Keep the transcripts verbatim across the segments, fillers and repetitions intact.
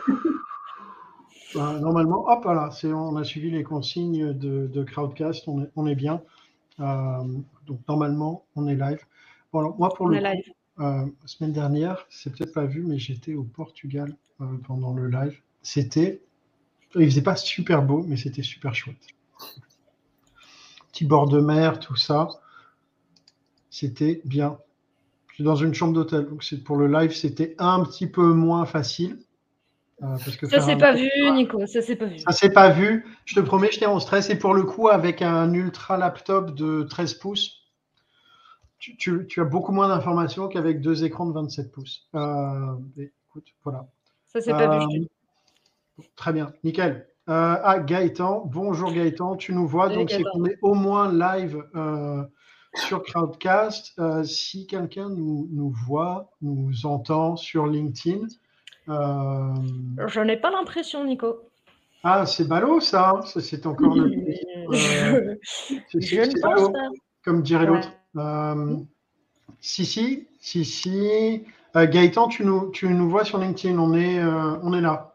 Ben, normalement, hop, voilà, c'est, on a suivi les consignes de, de Crowdcast, on est, on est bien. Euh, donc, normalement, on est live. Bon, alors, moi, pour on le est coup, live. euh, la semaine dernière, c'est peut-être pas vu, mais j'étais au Portugal euh, pendant le live. C'était, il faisait pas super beau, mais c'était super chouette. Petit bord de mer, tout ça. C'était bien. Je suis dans une chambre d'hôtel, donc c'est, pour le live, c'était un petit peu moins facile. Euh, parce que Ça faire s'est un pas live, vu, Nico, ça s'est pas vu. ça s'est pas vu. Je te promets, j'étais en stress. Et pour le coup, avec un ultra laptop de treize pouces, tu, tu, tu as beaucoup moins d'informations qu'avec deux écrans de vingt-sept pouces. Euh, écoute, voilà. Ça s'est pas vu, je te Euh, dis. très bien, nickel. Euh, ah, Gaëtan, bonjour Gaëtan, tu nous vois. Salut, Donc, c'est Gaëtan. qu'on est au moins live euh, sur Crowdcast. Euh, si quelqu'un nous, nous voit, nous entend sur LinkedIn, euh, Je n'ai pas l'impression, Nico. ah, c'est ballot ça, ça c'est encore le pays. Euh, je c'est je c'est- ne c'est pense ballot, pas. comme dirait Ouais. l'autre. Euh, si, si, si, si. Euh, Gaëtan, tu nous, tu nous vois sur LinkedIn, on est, euh, on est là.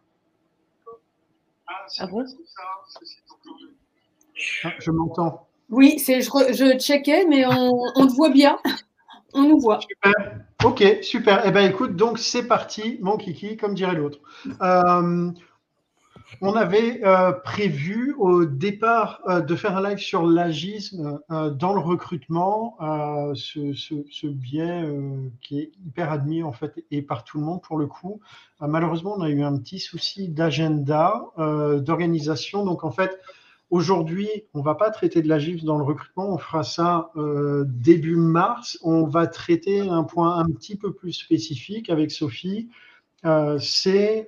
Ah bon? Ah, je m'entends. Oui, c'est, je, re- je checkais, mais on, on te voit bien. On nous voit. Super. Ok, super. Eh ben écoute, donc c'est parti, mon kiki, comme dirait l'autre. Euh, On avait euh, prévu au départ euh, de faire un live sur l'agisme euh, dans le recrutement, euh, ce, ce, ce biais euh, qui est hyper admis en fait et par tout le monde pour le coup. Euh, malheureusement, on a eu un petit souci d'agenda, euh, d'organisation. Donc en fait, aujourd'hui, on va pas traiter de l'agisme dans le recrutement, on fera ça euh, début mars. On va traiter un point un petit peu plus spécifique avec Sophie. Euh, c'est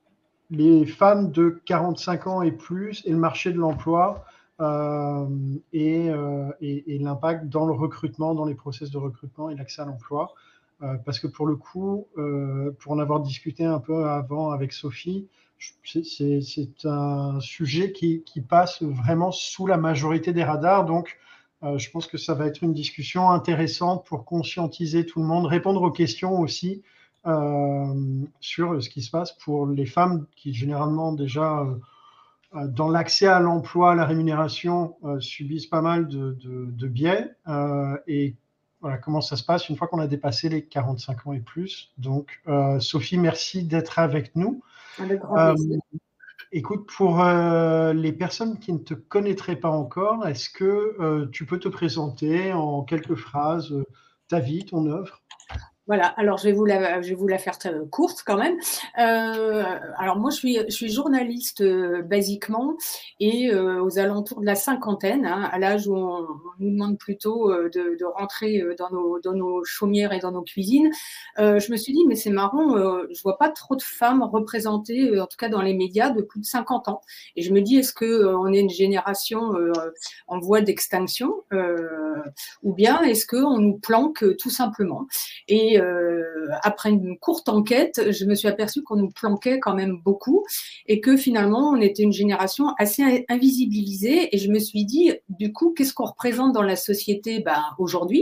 les femmes de quarante-cinq ans et plus et le marché de l'emploi euh, et, euh, et, et l'impact dans le recrutement, dans les process de recrutement et l'accès à l'emploi. Euh, parce que pour le coup, euh, pour en avoir discuté un peu avant avec Sophie, c'est, c'est un sujet qui, qui passe vraiment sous la majorité des radars. Donc, euh, je pense que ça va être une discussion intéressante pour conscientiser tout le monde, répondre aux questions aussi euh, sur ce qui se passe pour les femmes qui généralement déjà euh, dans l'accès à l'emploi, à la rémunération, euh, subissent pas mal de, de, de biais. Euh, et voilà comment ça se passe une fois qu'on a dépassé les quarante-cinq ans et plus. Donc, euh, Sophie, merci d'être avec nous. Avec grand Euh, plaisir. écoute, pour euh, les personnes qui ne te connaîtraient pas encore, est-ce que euh, tu peux te présenter en quelques phrases euh, ta vie, ton œuvre? Voilà, alors je vais vous la, je vais vous la faire très courte quand même. Euh, alors moi, je suis, je suis journaliste euh, basiquement et euh, aux alentours de la cinquantaine, hein, à l'âge où on, on nous demande plutôt euh, de, de rentrer euh, dans nos, dans nos chaumières et dans nos cuisines, euh, je me suis dit, mais c'est marrant, euh, je vois pas trop de femmes représentées, euh, en tout cas dans les médias, de plus de cinquante ans. Et je me dis, est-ce que euh, on est une génération euh, en voie d'extinction euh, ou bien est-ce qu'on nous planque euh, tout simplement? Et euh, après une courte enquête, je me suis aperçue qu'on nous planquait quand même beaucoup et que finalement, on était une génération assez invisibilisée. Et je me suis dit, du coup, qu'est-ce qu'on représente dans la société bah, aujourd'hui?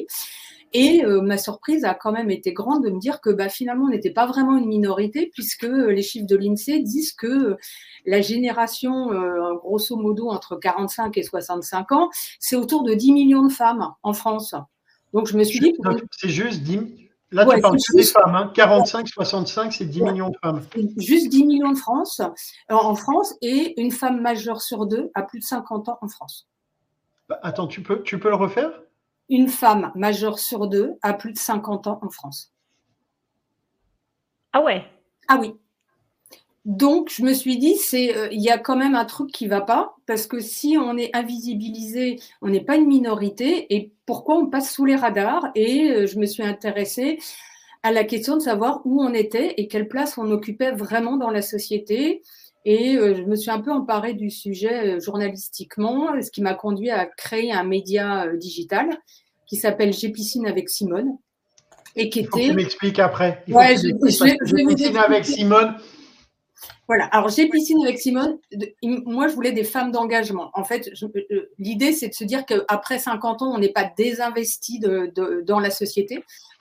Et euh, ma surprise a quand même été grande de me dire que bah, finalement, on n'était pas vraiment une minorité puisque les chiffres de l'INSEE disent que la génération, euh, grosso modo, entre quarante-cinq et soixante-cinq ans, c'est autour de dix millions de femmes en France. Donc, je me suis dit… C'est juste dix. Là, Ouais, tu parles que juste, des femmes. Hein. quarante-cinq soixante-cinq, c'est dix ouais, millions de femmes. juste dix millions de France, en France et une femme majeure sur deux a plus de cinquante ans en France. Attends, tu peux, tu peux le refaire? Une femme majeure sur deux a plus de cinquante ans en France. Ah ouais? Ah oui. Donc, je me suis dit, c'est, euh, il y a quand même un truc qui ne va pas, parce que si on est invisibilisé, on n'est pas une minorité, et pourquoi on passe sous les radars? Et euh, je me suis intéressée à la question de savoir où on était et quelle place on occupait vraiment dans la société. Et euh, je me suis un peu emparée du sujet euh, journalistiquement, ce qui m'a conduit à créer un média euh, digital qui s'appelle J'ai piscine avec Simone. Et qui Il faut était… que tu m'expliques après. Il faut Ouais, que tu je, m'expliques je, parce vais, que je J'ai vais vous piscine avec expliquer. Simone. Voilà, alors j'ai piscine avec Simone. Moi, je voulais des femmes d'engagement. En fait, je, l'idée, c'est de se dire qu'après cinquante ans, on n'est pas désinvesti de, de, dans la société,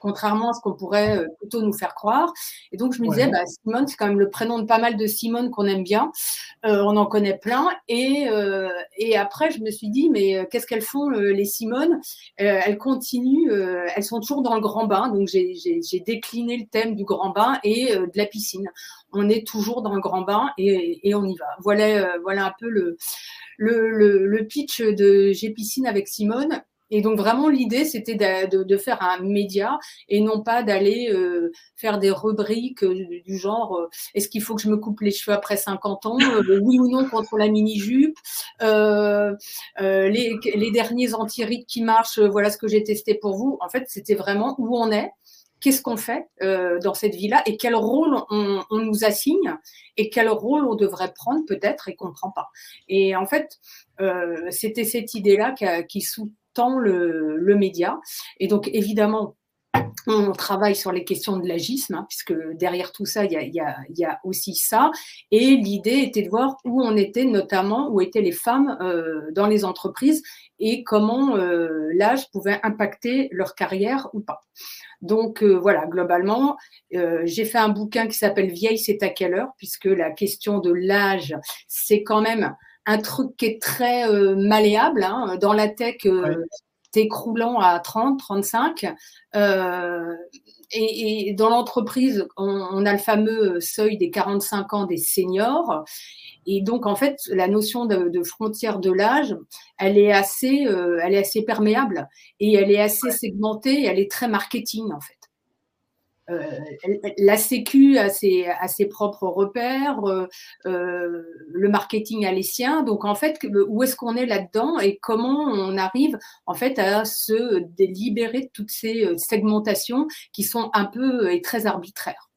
contrairement à ce qu'on pourrait euh, plutôt nous faire croire. Et donc, je me Ouais. disais, bah, Simone, c'est quand même le prénom de pas mal de Simone qu'on aime bien. Euh, on en connaît plein. Et, euh, et après, je me suis dit, mais euh, qu'est-ce qu'elles font, euh, les Simone? euh, Elles continuent, euh, elles sont toujours dans le grand bain. Donc, j'ai, j'ai, j'ai décliné le thème du grand bain et euh, de la piscine. On est toujours dans le grand bain et, et on y va. Voilà, euh, voilà un peu le, le, le, le pitch de J'ai piscine avec Simone. Et donc vraiment l'idée c'était de, de, de faire un média et non pas d'aller euh, faire des rubriques euh, du genre euh, est-ce qu'il faut que je me coupe les cheveux après cinquante ans, euh, oui ou non contre la mini-jupe, euh, euh, les, les derniers anti-rides qui marchent, euh, voilà ce que j'ai testé pour vous. En fait c'était vraiment où on est, qu'est-ce qu'on fait euh, dans cette vie-là et quel rôle on, on nous assigne et quel rôle on devrait prendre peut-être et qu'on ne prend pas. Et en fait, euh, c'était cette idée-là qui, qui sous-tend le, le média. Et donc, évidemment, on travaille sur les questions de l'agisme, hein, puisque derrière tout ça, il y a, il y a, il y a aussi ça. Et l'idée était de voir où on était, notamment où étaient les femmes euh, dans les entreprises et comment euh, l'âge pouvait impacter leur carrière ou pas. Donc euh, voilà, globalement, euh, j'ai fait un bouquin qui s'appelle Vieille, c'est à quelle heure, puisque la question de l'âge, c'est quand même un truc qui est très euh, malléable. Hein. Dans la tech, euh, Ouais. t'écroulant à trente, trente-cinq. Euh, et, et dans l'entreprise, on, on a le fameux seuil des quarante-cinq ans des seniors. Et donc, en fait, la notion de, de frontière de l'âge, elle est assez, euh, elle est assez perméable et elle est assez segmentée et elle est très marketing, en fait. Euh, la Sécu a ses, a ses propres repères, euh, euh, le marketing a les siens. Donc, en fait, où est-ce qu'on est là-dedans et comment on arrive, en fait, à se libérer de toutes ces segmentations qui sont un peu et très arbitraires.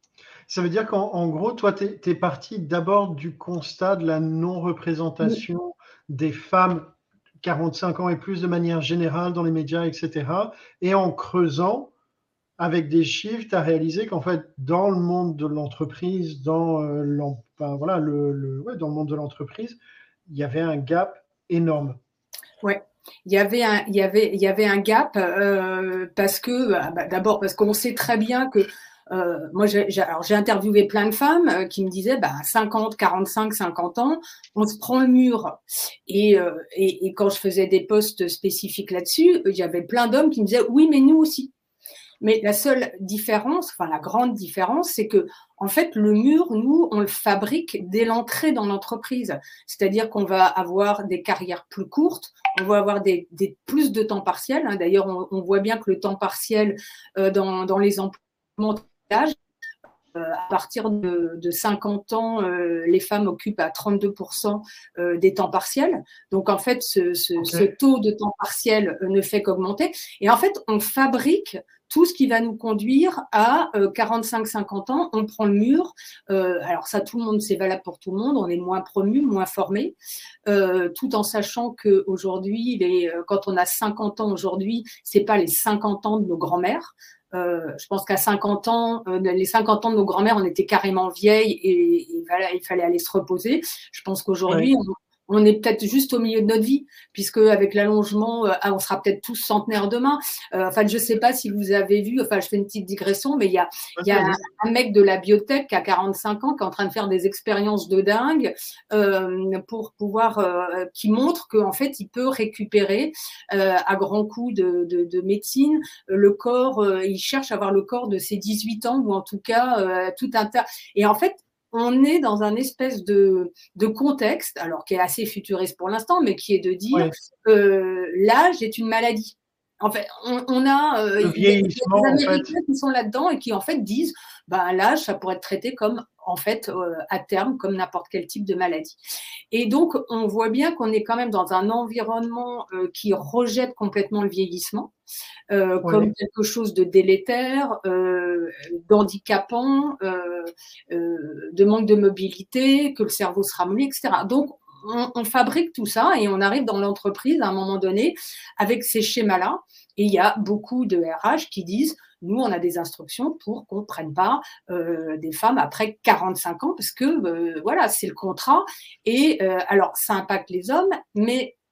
Ça veut dire qu'en en gros, toi, tu es, es parti d'abord du constat de la non-représentation oui. des femmes quarante-cinq ans et plus de manière générale dans les médias, et cetera. Et en creusant avec des chiffres, tu as réalisé qu'en fait, dans le monde de l'entreprise, dans, euh, enfin, voilà, le, le, ouais, dans le monde de l'entreprise, il y avait un gap énorme. Ouais. Il y avait un, il y avait, il y avait un gap euh, parce que, bah, d'abord parce qu'on sait très bien que Euh, moi, j'ai, alors, j'ai interviewé plein de femmes euh, qui me disaient, bah, cinquante, quarante-cinq, cinquante ans, on se prend le mur. Et, euh, et, et quand je faisais des posts spécifiques là-dessus, il y avait plein d'hommes qui me disaient, oui, mais nous aussi. Mais la seule différence, enfin la grande différence, c'est que en fait le mur, nous, on le fabrique dès l'entrée dans l'entreprise. C'est-à-dire qu'on va avoir des carrières plus courtes, on va avoir des, des plus de temps partiel. Hein. D'ailleurs, on, on voit bien que le temps partiel euh, dans, dans les emplois d'âge, euh, à partir de, de cinquante ans, euh, les femmes occupent à trente-deux pour cent euh, des temps partiels. Donc, en fait, ce, ce, okay. ce taux de temps partiel euh, ne fait qu'augmenter. Et en fait, on fabrique tout ce qui va nous conduire à euh, quarante-cinq cinquante ans, on prend le mur. Euh, alors ça, tout le monde, c'est valable pour tout le monde. On est moins promu, moins formé, euh, tout en sachant qu'aujourd'hui, les, quand on a cinquante ans aujourd'hui, c'est pas les cinquante ans de nos grands-mères. Euh, je pense qu'à cinquante ans, euh, les cinquante ans de nos grands-mères, on était carrément vieilles et, et voilà, il fallait aller se reposer. Je pense qu'aujourd'hui, oui. on, on est peut-être juste au milieu de notre vie, puisque avec l'allongement, euh, on sera peut-être tous centenaires demain. Euh, enfin, je ne sais pas si vous avez vu, enfin, je fais une petite digression, mais il y a, il y a un, un mec de la biotech qui a quarante-cinq ans, qui est en train de faire des expériences de dingue euh, pour pouvoir, euh, qui montre qu'en fait, il peut récupérer euh, à grands coups de, de, de médecine le corps. Euh, il cherche à avoir le corps de ses dix-huit ans ou en tout cas euh, tout un tas. Et en fait, on est dans un espèce de, de contexte, alors qui est assez futuriste pour l'instant, mais qui est de dire ouais. euh, l'âge est une maladie. En fait, on, on a euh, le vieillissement, des Américains en fait. qui sont là-dedans et qui en fait disent, bah, l'âge, ça pourrait être traité comme, en fait, euh, à terme, comme n'importe quel type de maladie. Et donc, on voit bien qu'on est quand même dans un environnement euh, qui rejette complètement le vieillissement. Euh, ouais. Comme quelque chose de délétère, euh, d'handicapant, euh, euh, de manque de mobilité, que le cerveau se ramollit, et cetera. Donc, on, on fabrique tout ça et on arrive dans l'entreprise à un moment donné avec ces schémas-là. Et il y a beaucoup de R H qui disent, nous, on a des instructions pour qu'on ne prenne pas euh, des femmes après quarante-cinq ans parce que, euh, voilà, c'est le contrat. Et euh, alors, ça impacte les hommes, mais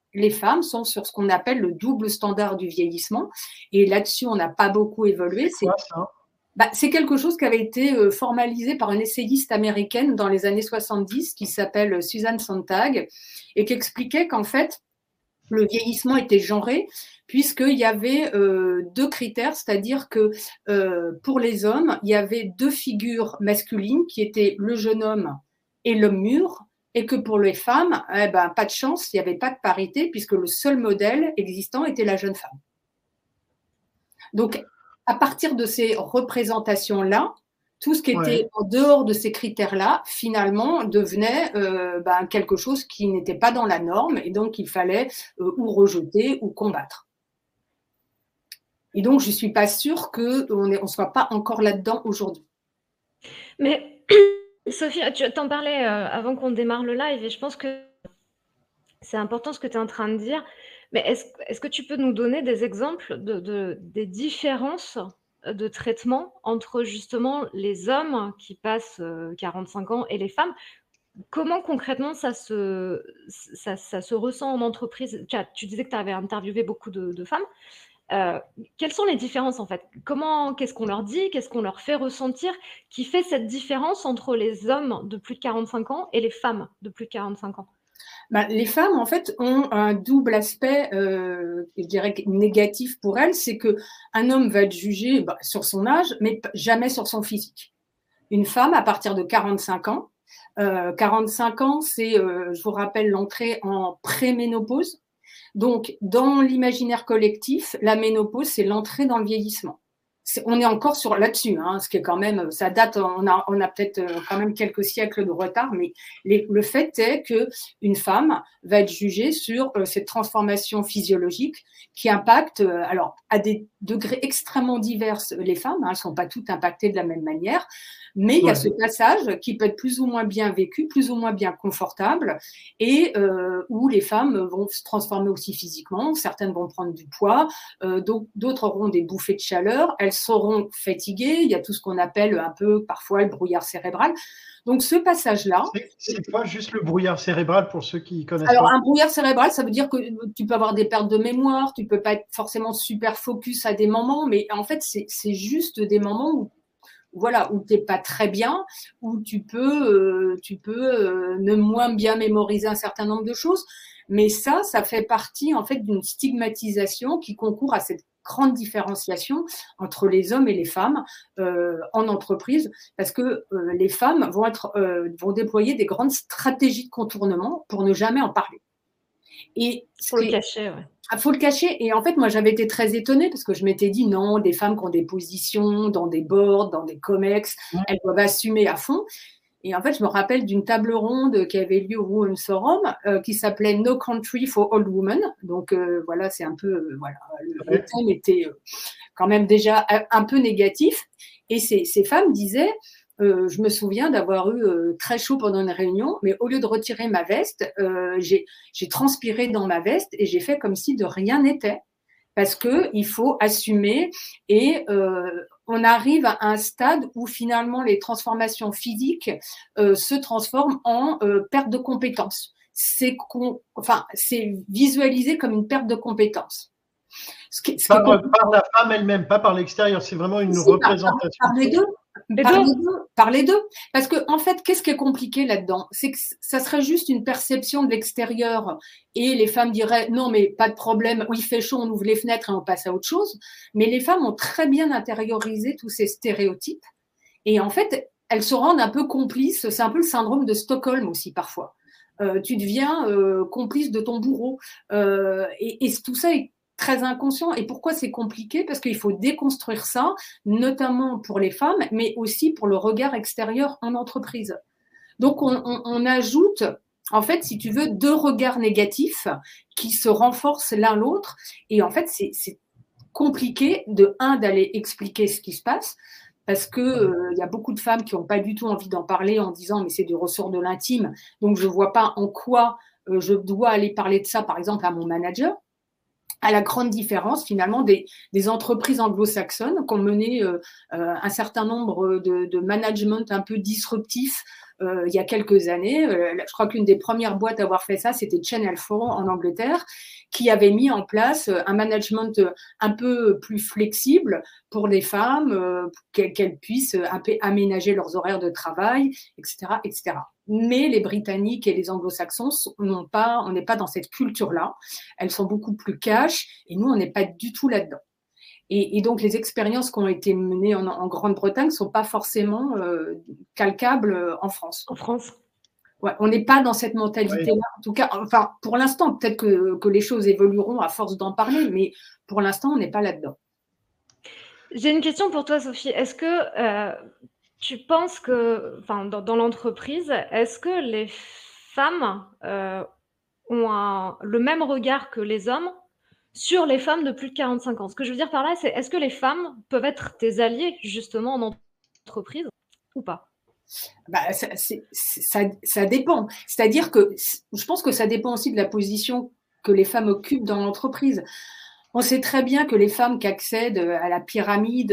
les femmes sont sur ce qu'on appelle le double standard du vieillissement. Et là-dessus, on n'a pas beaucoup évolué. C'est quoi ça? Bah, c'est quelque chose qui avait été euh, formalisé par une essayiste américaine dans les années soixante-dix qui s'appelle Susan Sontag et qui expliquait qu'en fait, le vieillissement était genré puisqu'il y avait euh, deux critères, c'est-à-dire que euh, pour les hommes, il y avait deux figures masculines qui étaient le jeune homme et l'homme mûr, et que pour les femmes, eh ben, pas de chance, il n'y avait pas de parité puisque le seul modèle existant était la jeune femme. Donc, à partir de ces représentations-là, tout ce qui était Ouais. en dehors de ces critères-là, finalement, devenait euh, ben, quelque chose qui n'était pas dans la norme et donc il fallait euh, ou rejeter ou combattre. Et donc, je ne suis pas sûre qu'on ne soit pas encore là-dedans aujourd'hui. Mais Sophie, tu t'en parlais euh, avant qu'on démarre le live et je pense que c'est important ce que tu es en train de dire. Mais est-ce, est-ce que tu peux nous donner des exemples de, de, des différences de traitement entre justement les hommes qui passent euh, quarante-cinq ans et les femmes? Comment concrètement ça se, ça, ça se ressent en entreprise? Tu, as, tu disais que tu avais interviewé beaucoup de, de femmes. Euh, quelles sont les différences en fait? Comment, qu'est-ce qu'on leur dit? Qu'est-ce qu'on leur fait ressentir qui fait cette différence entre les hommes de plus de quarante-cinq ans et les femmes de plus de quarante-cinq ans? Ben, les femmes, en fait, ont un double aspect, euh, je dirais, négatif pour elles. C'est qu'un homme va être jugé ben, sur son âge, mais jamais sur son physique. Une femme, à partir de quarante-cinq ans, euh, quarante-cinq ans, c'est, euh, je vous rappelle, l'entrée en préménopause. Donc, dans l'imaginaire collectif, la ménopause, c'est l'entrée dans le vieillissement. C'est, on est encore sur là-dessus, hein, ce qui est quand même, ça date, on a, on a peut-être quand même quelques siècles de retard, mais les, le fait est qu'une femme va être jugée sur euh, cette transformation physiologique qui impacte, euh, alors à des degrés extrêmement divers les femmes, hein, elles ne sont pas toutes impactées de la même manière, mais ouais. Il y a ce passage qui peut être plus ou moins bien vécu, plus ou moins bien confortable, et euh, où les femmes vont se transformer aussi physiquement, certaines vont prendre du poids, euh, d'autres auront des bouffées de chaleur, elles seront fatiguées, il y a tout ce qu'on appelle un peu parfois le brouillard cérébral. Donc ce passage-là… C'est pas juste le brouillard cérébral pour ceux qui connaissent Alors, pas. un brouillard cérébral, ça veut dire que tu peux avoir des pertes de mémoire, tu peux pas être forcément super focus à des moments, mais en fait, c'est juste des moments où voilà, où tu n'es pas très bien, où tu peux, euh, tu peux euh, ne moins bien mémoriser un certain nombre de choses. Mais ça, ça fait partie en fait d'une stigmatisation qui concourt à cette grande différenciation entre les hommes et les femmes euh, en entreprise, parce que euh, les femmes vont, être, euh, vont déployer des grandes stratégies de contournement pour ne jamais en parler. Et faut le cacher, ouais. Il faut le cacher. Et en fait, moi, j'avais été très étonnée parce que je m'étais dit, non, des femmes qui ont des positions dans des boards, dans des comex, ouais. Elles doivent assumer à fond. Et en fait, je me rappelle d'une table ronde qui avait lieu au Women's Forum euh, qui s'appelait No Country for Old Women. Donc, euh, voilà, c'est un peu, euh, voilà, le, ouais. le thème était euh, quand même déjà un peu négatif. Et ces, ces femmes disaient, Euh, je me souviens d'avoir eu euh, très chaud pendant une réunion, mais au lieu de retirer ma veste, euh, j'ai transpiré dans ma veste et j'ai fait comme si de rien n'était, parce que il faut assumer et euh, on arrive à un stade où finalement les transformations physiques euh, se transforment en euh, perte de compétences. C'est enfin, c'est visualisé comme une perte de compétences. Ce qui, ce par, qui est... par la femme elle-même, pas par l'extérieur, c'est vraiment une si, représentation. Par, par les deux. Par les deux, par les deux. Parce que, en fait, qu'est-ce qui est compliqué là-dedans? C'est que ça serait juste une perception de l'extérieur et les femmes diraient non, mais pas de problème, il fait chaud, on ouvre les fenêtres et on passe à autre chose. Mais les femmes ont très bien intériorisé tous ces stéréotypes et en fait, elles se rendent un peu complices. C'est un peu le syndrome de Stockholm aussi parfois. Euh, tu deviens euh, complice de ton bourreau euh, et, et tout ça est très inconscient. Et pourquoi c'est compliqué? Parce qu'il faut déconstruire ça, notamment pour les femmes, mais aussi pour le regard extérieur en entreprise. Donc, on, on, on ajoute, en fait, si tu veux, deux regards négatifs qui se renforcent l'un l'autre. Et en fait, c'est compliqué, de un, d'aller expliquer ce qui se passe, parce que euh, y a beaucoup de femmes qui n'ont pas du tout envie d'en parler en disant « mais c'est du ressort de l'intime, donc je ne vois pas en quoi euh, je dois aller parler de ça, par exemple, à mon manager ». À la grande différence finalement des, des entreprises anglo-saxonnes qui ont mené euh, euh, un certain nombre de, de management un peu disruptifs euh, il y a quelques années. Euh, je crois qu'une des premières boîtes à avoir fait ça, c'était Channel quatre en Angleterre, qui avait mis en place un management un peu plus flexible pour les femmes, euh, qu'elles, qu'elles puissent aménager leurs horaires de travail, et cetera, et cetera. Mais les Britanniques et les Anglo-Saxons n'ont pas, on n'est pas dans cette culture-là. Elles sont beaucoup plus cash et nous, on n'est pas du tout là-dedans. Et, et donc, les expériences qui ont été menées en, en Grande-Bretagne ne sont pas forcément euh, calcables en France. En France. Ouais, on n'est pas dans cette mentalité-là. Oui. En tout cas, enfin, pour l'instant, peut-être que, que les choses évolueront à force d'en parler, mais pour l'instant, on n'est pas là-dedans. J'ai une question pour toi, Sophie. Est-ce que euh, tu penses que, enfin, dans, dans l'entreprise, est-ce que les femmes euh, ont un, le même regard que les hommes sur les femmes de plus de quarante-cinq ans? Ce que je veux dire par là, c'est est-ce que les femmes peuvent être tes alliés justement en entreprise ou pas? Bah, ça, c'est, ça, ça dépend. C'est-à-dire que je pense que ça dépend aussi de la position que les femmes occupent dans l'entreprise. On sait très bien que les femmes qui accèdent à la pyramide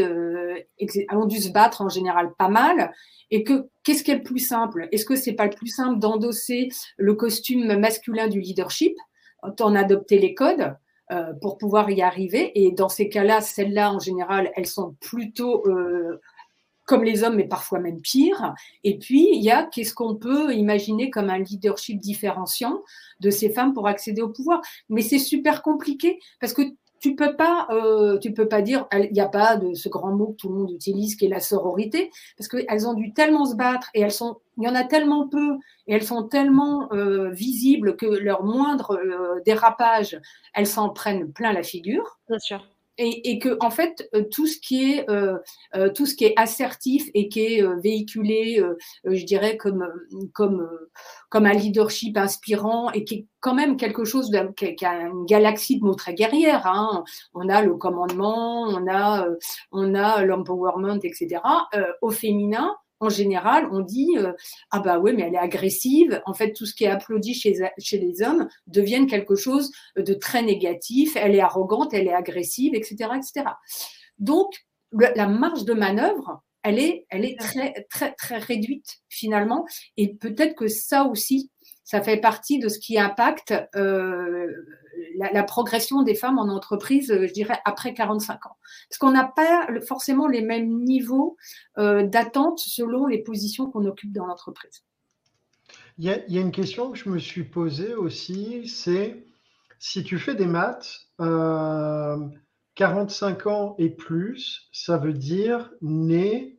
ont dû se battre en général pas mal. Et que qu'est-ce qui est le plus simple? Est-ce que c'est pas le plus simple d'endosser le costume masculin du leadership, d'en adopter les codes euh, pour pouvoir y arriver? Et dans ces cas-là, celles-là, en général, elles sont plutôt euh, comme les hommes, mais parfois même pire. Et puis, il y a qu'est-ce qu'on peut imaginer comme un leadership différenciant de ces femmes pour accéder au pouvoir. Mais c'est super compliqué parce que tu peux pas, euh, tu peux pas dire, il n'y a pas de ce grand mot que tout le monde utilise qui est la sororité, parce qu'elles ont dû tellement se battre et elles sont, il y en a tellement peu et elles sont tellement euh, visibles que leur moindre euh, dérapage, elles s'en prennent plein la figure. Bien sûr. Et, et que en fait euh, tout ce qui est euh, euh, tout ce qui est assertif et qui est euh, véhiculé, euh, euh, je dirais comme comme euh, comme un leadership inspirant et qui est quand même quelque chose de, qui, qui a une galaxie de mots très guerrières. Hein. On a le commandement, on a euh, on a l'empowerment, et cetera. Euh, au féminin, en général, on dit euh, ah bah ouais, mais elle est agressive. En fait, tout ce qui est applaudi chez, chez les hommes devient quelque chose de très négatif. Elle est arrogante, elle est agressive, et cetera, et cetera. Donc, le, la marge de manœuvre, elle est, elle est très, très, très réduite finalement. Et peut-être que ça aussi, ça fait partie de ce qui impacte euh, la, la progression des femmes en entreprise, je dirais, après quarante-cinq ans. Parce qu'on n'a pas forcément les mêmes niveaux euh, d'attente selon les positions qu'on occupe dans l'entreprise. Il y a, il y a une question que je me suis posée aussi, c'est si tu fais des maths, euh, quarante-cinq ans et plus, ça veut dire né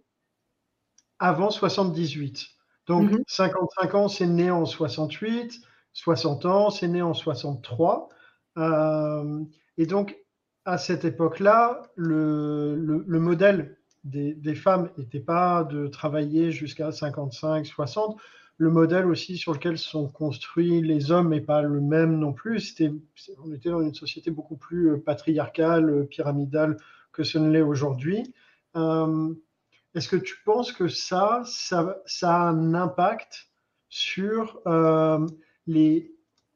avant soixante-dix-huit. Donc, mm-hmm. cinquante-cinq ans, c'est né en soixante-huit, soixante ans, c'est né en soixante-trois. Euh, et donc, à cette époque-là, le, le, le modèle des, des femmes n'était pas de travailler jusqu'à cinquante-cinq, soixante. Le modèle aussi sur lequel sont construits les hommes n'est pas le même non plus. C'était, on était dans une société beaucoup plus patriarcale, pyramidale que ce ne l'est aujourd'hui. Euh, Est-ce que tu penses que ça, ça, ça a un impact sur, euh, les,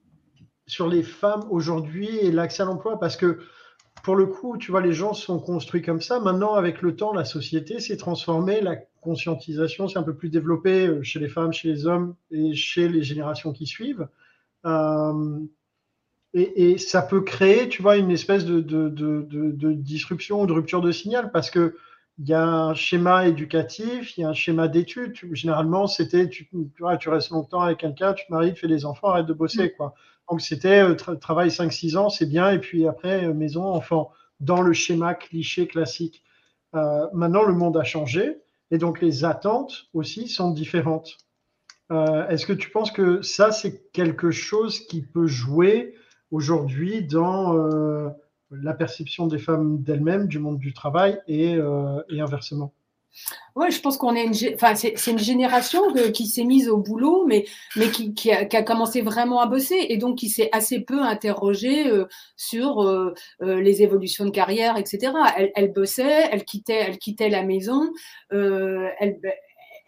sur les femmes aujourd'hui et l'accès à l'emploi? Parce que pour le coup, tu vois, les gens sont construits comme ça. Maintenant, avec le temps, la société s'est transformée, la conscientisation s'est un peu plus développée chez les femmes, chez les hommes et chez les générations qui suivent. Euh, et, et ça peut créer, tu vois, une espèce de, de, de, de, de disruption ou de rupture de signal parce que il y a un schéma éducatif, il y a un schéma d'études. Généralement, c'était, tu, tu, vois, tu restes longtemps avec quelqu'un, tu te maries, tu fais des enfants, arrête de bosser, quoi. Donc, c'était euh, tra- travail cinq six ans, c'est bien, et puis après, euh, maison, enfant, dans le schéma cliché classique. Euh, maintenant, le monde a changé, et donc les attentes aussi sont différentes. Euh, est-ce que tu penses que ça, c'est quelque chose qui peut jouer aujourd'hui dans euh, la perception des femmes d'elles-mêmes, du monde du travail et, euh, et inversement? Oui, je pense qu'on est une, enfin, c'est, c'est une génération que, qui s'est mise au boulot, mais, mais qui, qui, a, qui a commencé vraiment à bosser et donc qui s'est assez peu interrogée euh, sur euh, euh, les évolutions de carrière, et cetera. Elle, elle bossait, elle quittait, elle quittait la maison, euh, elle,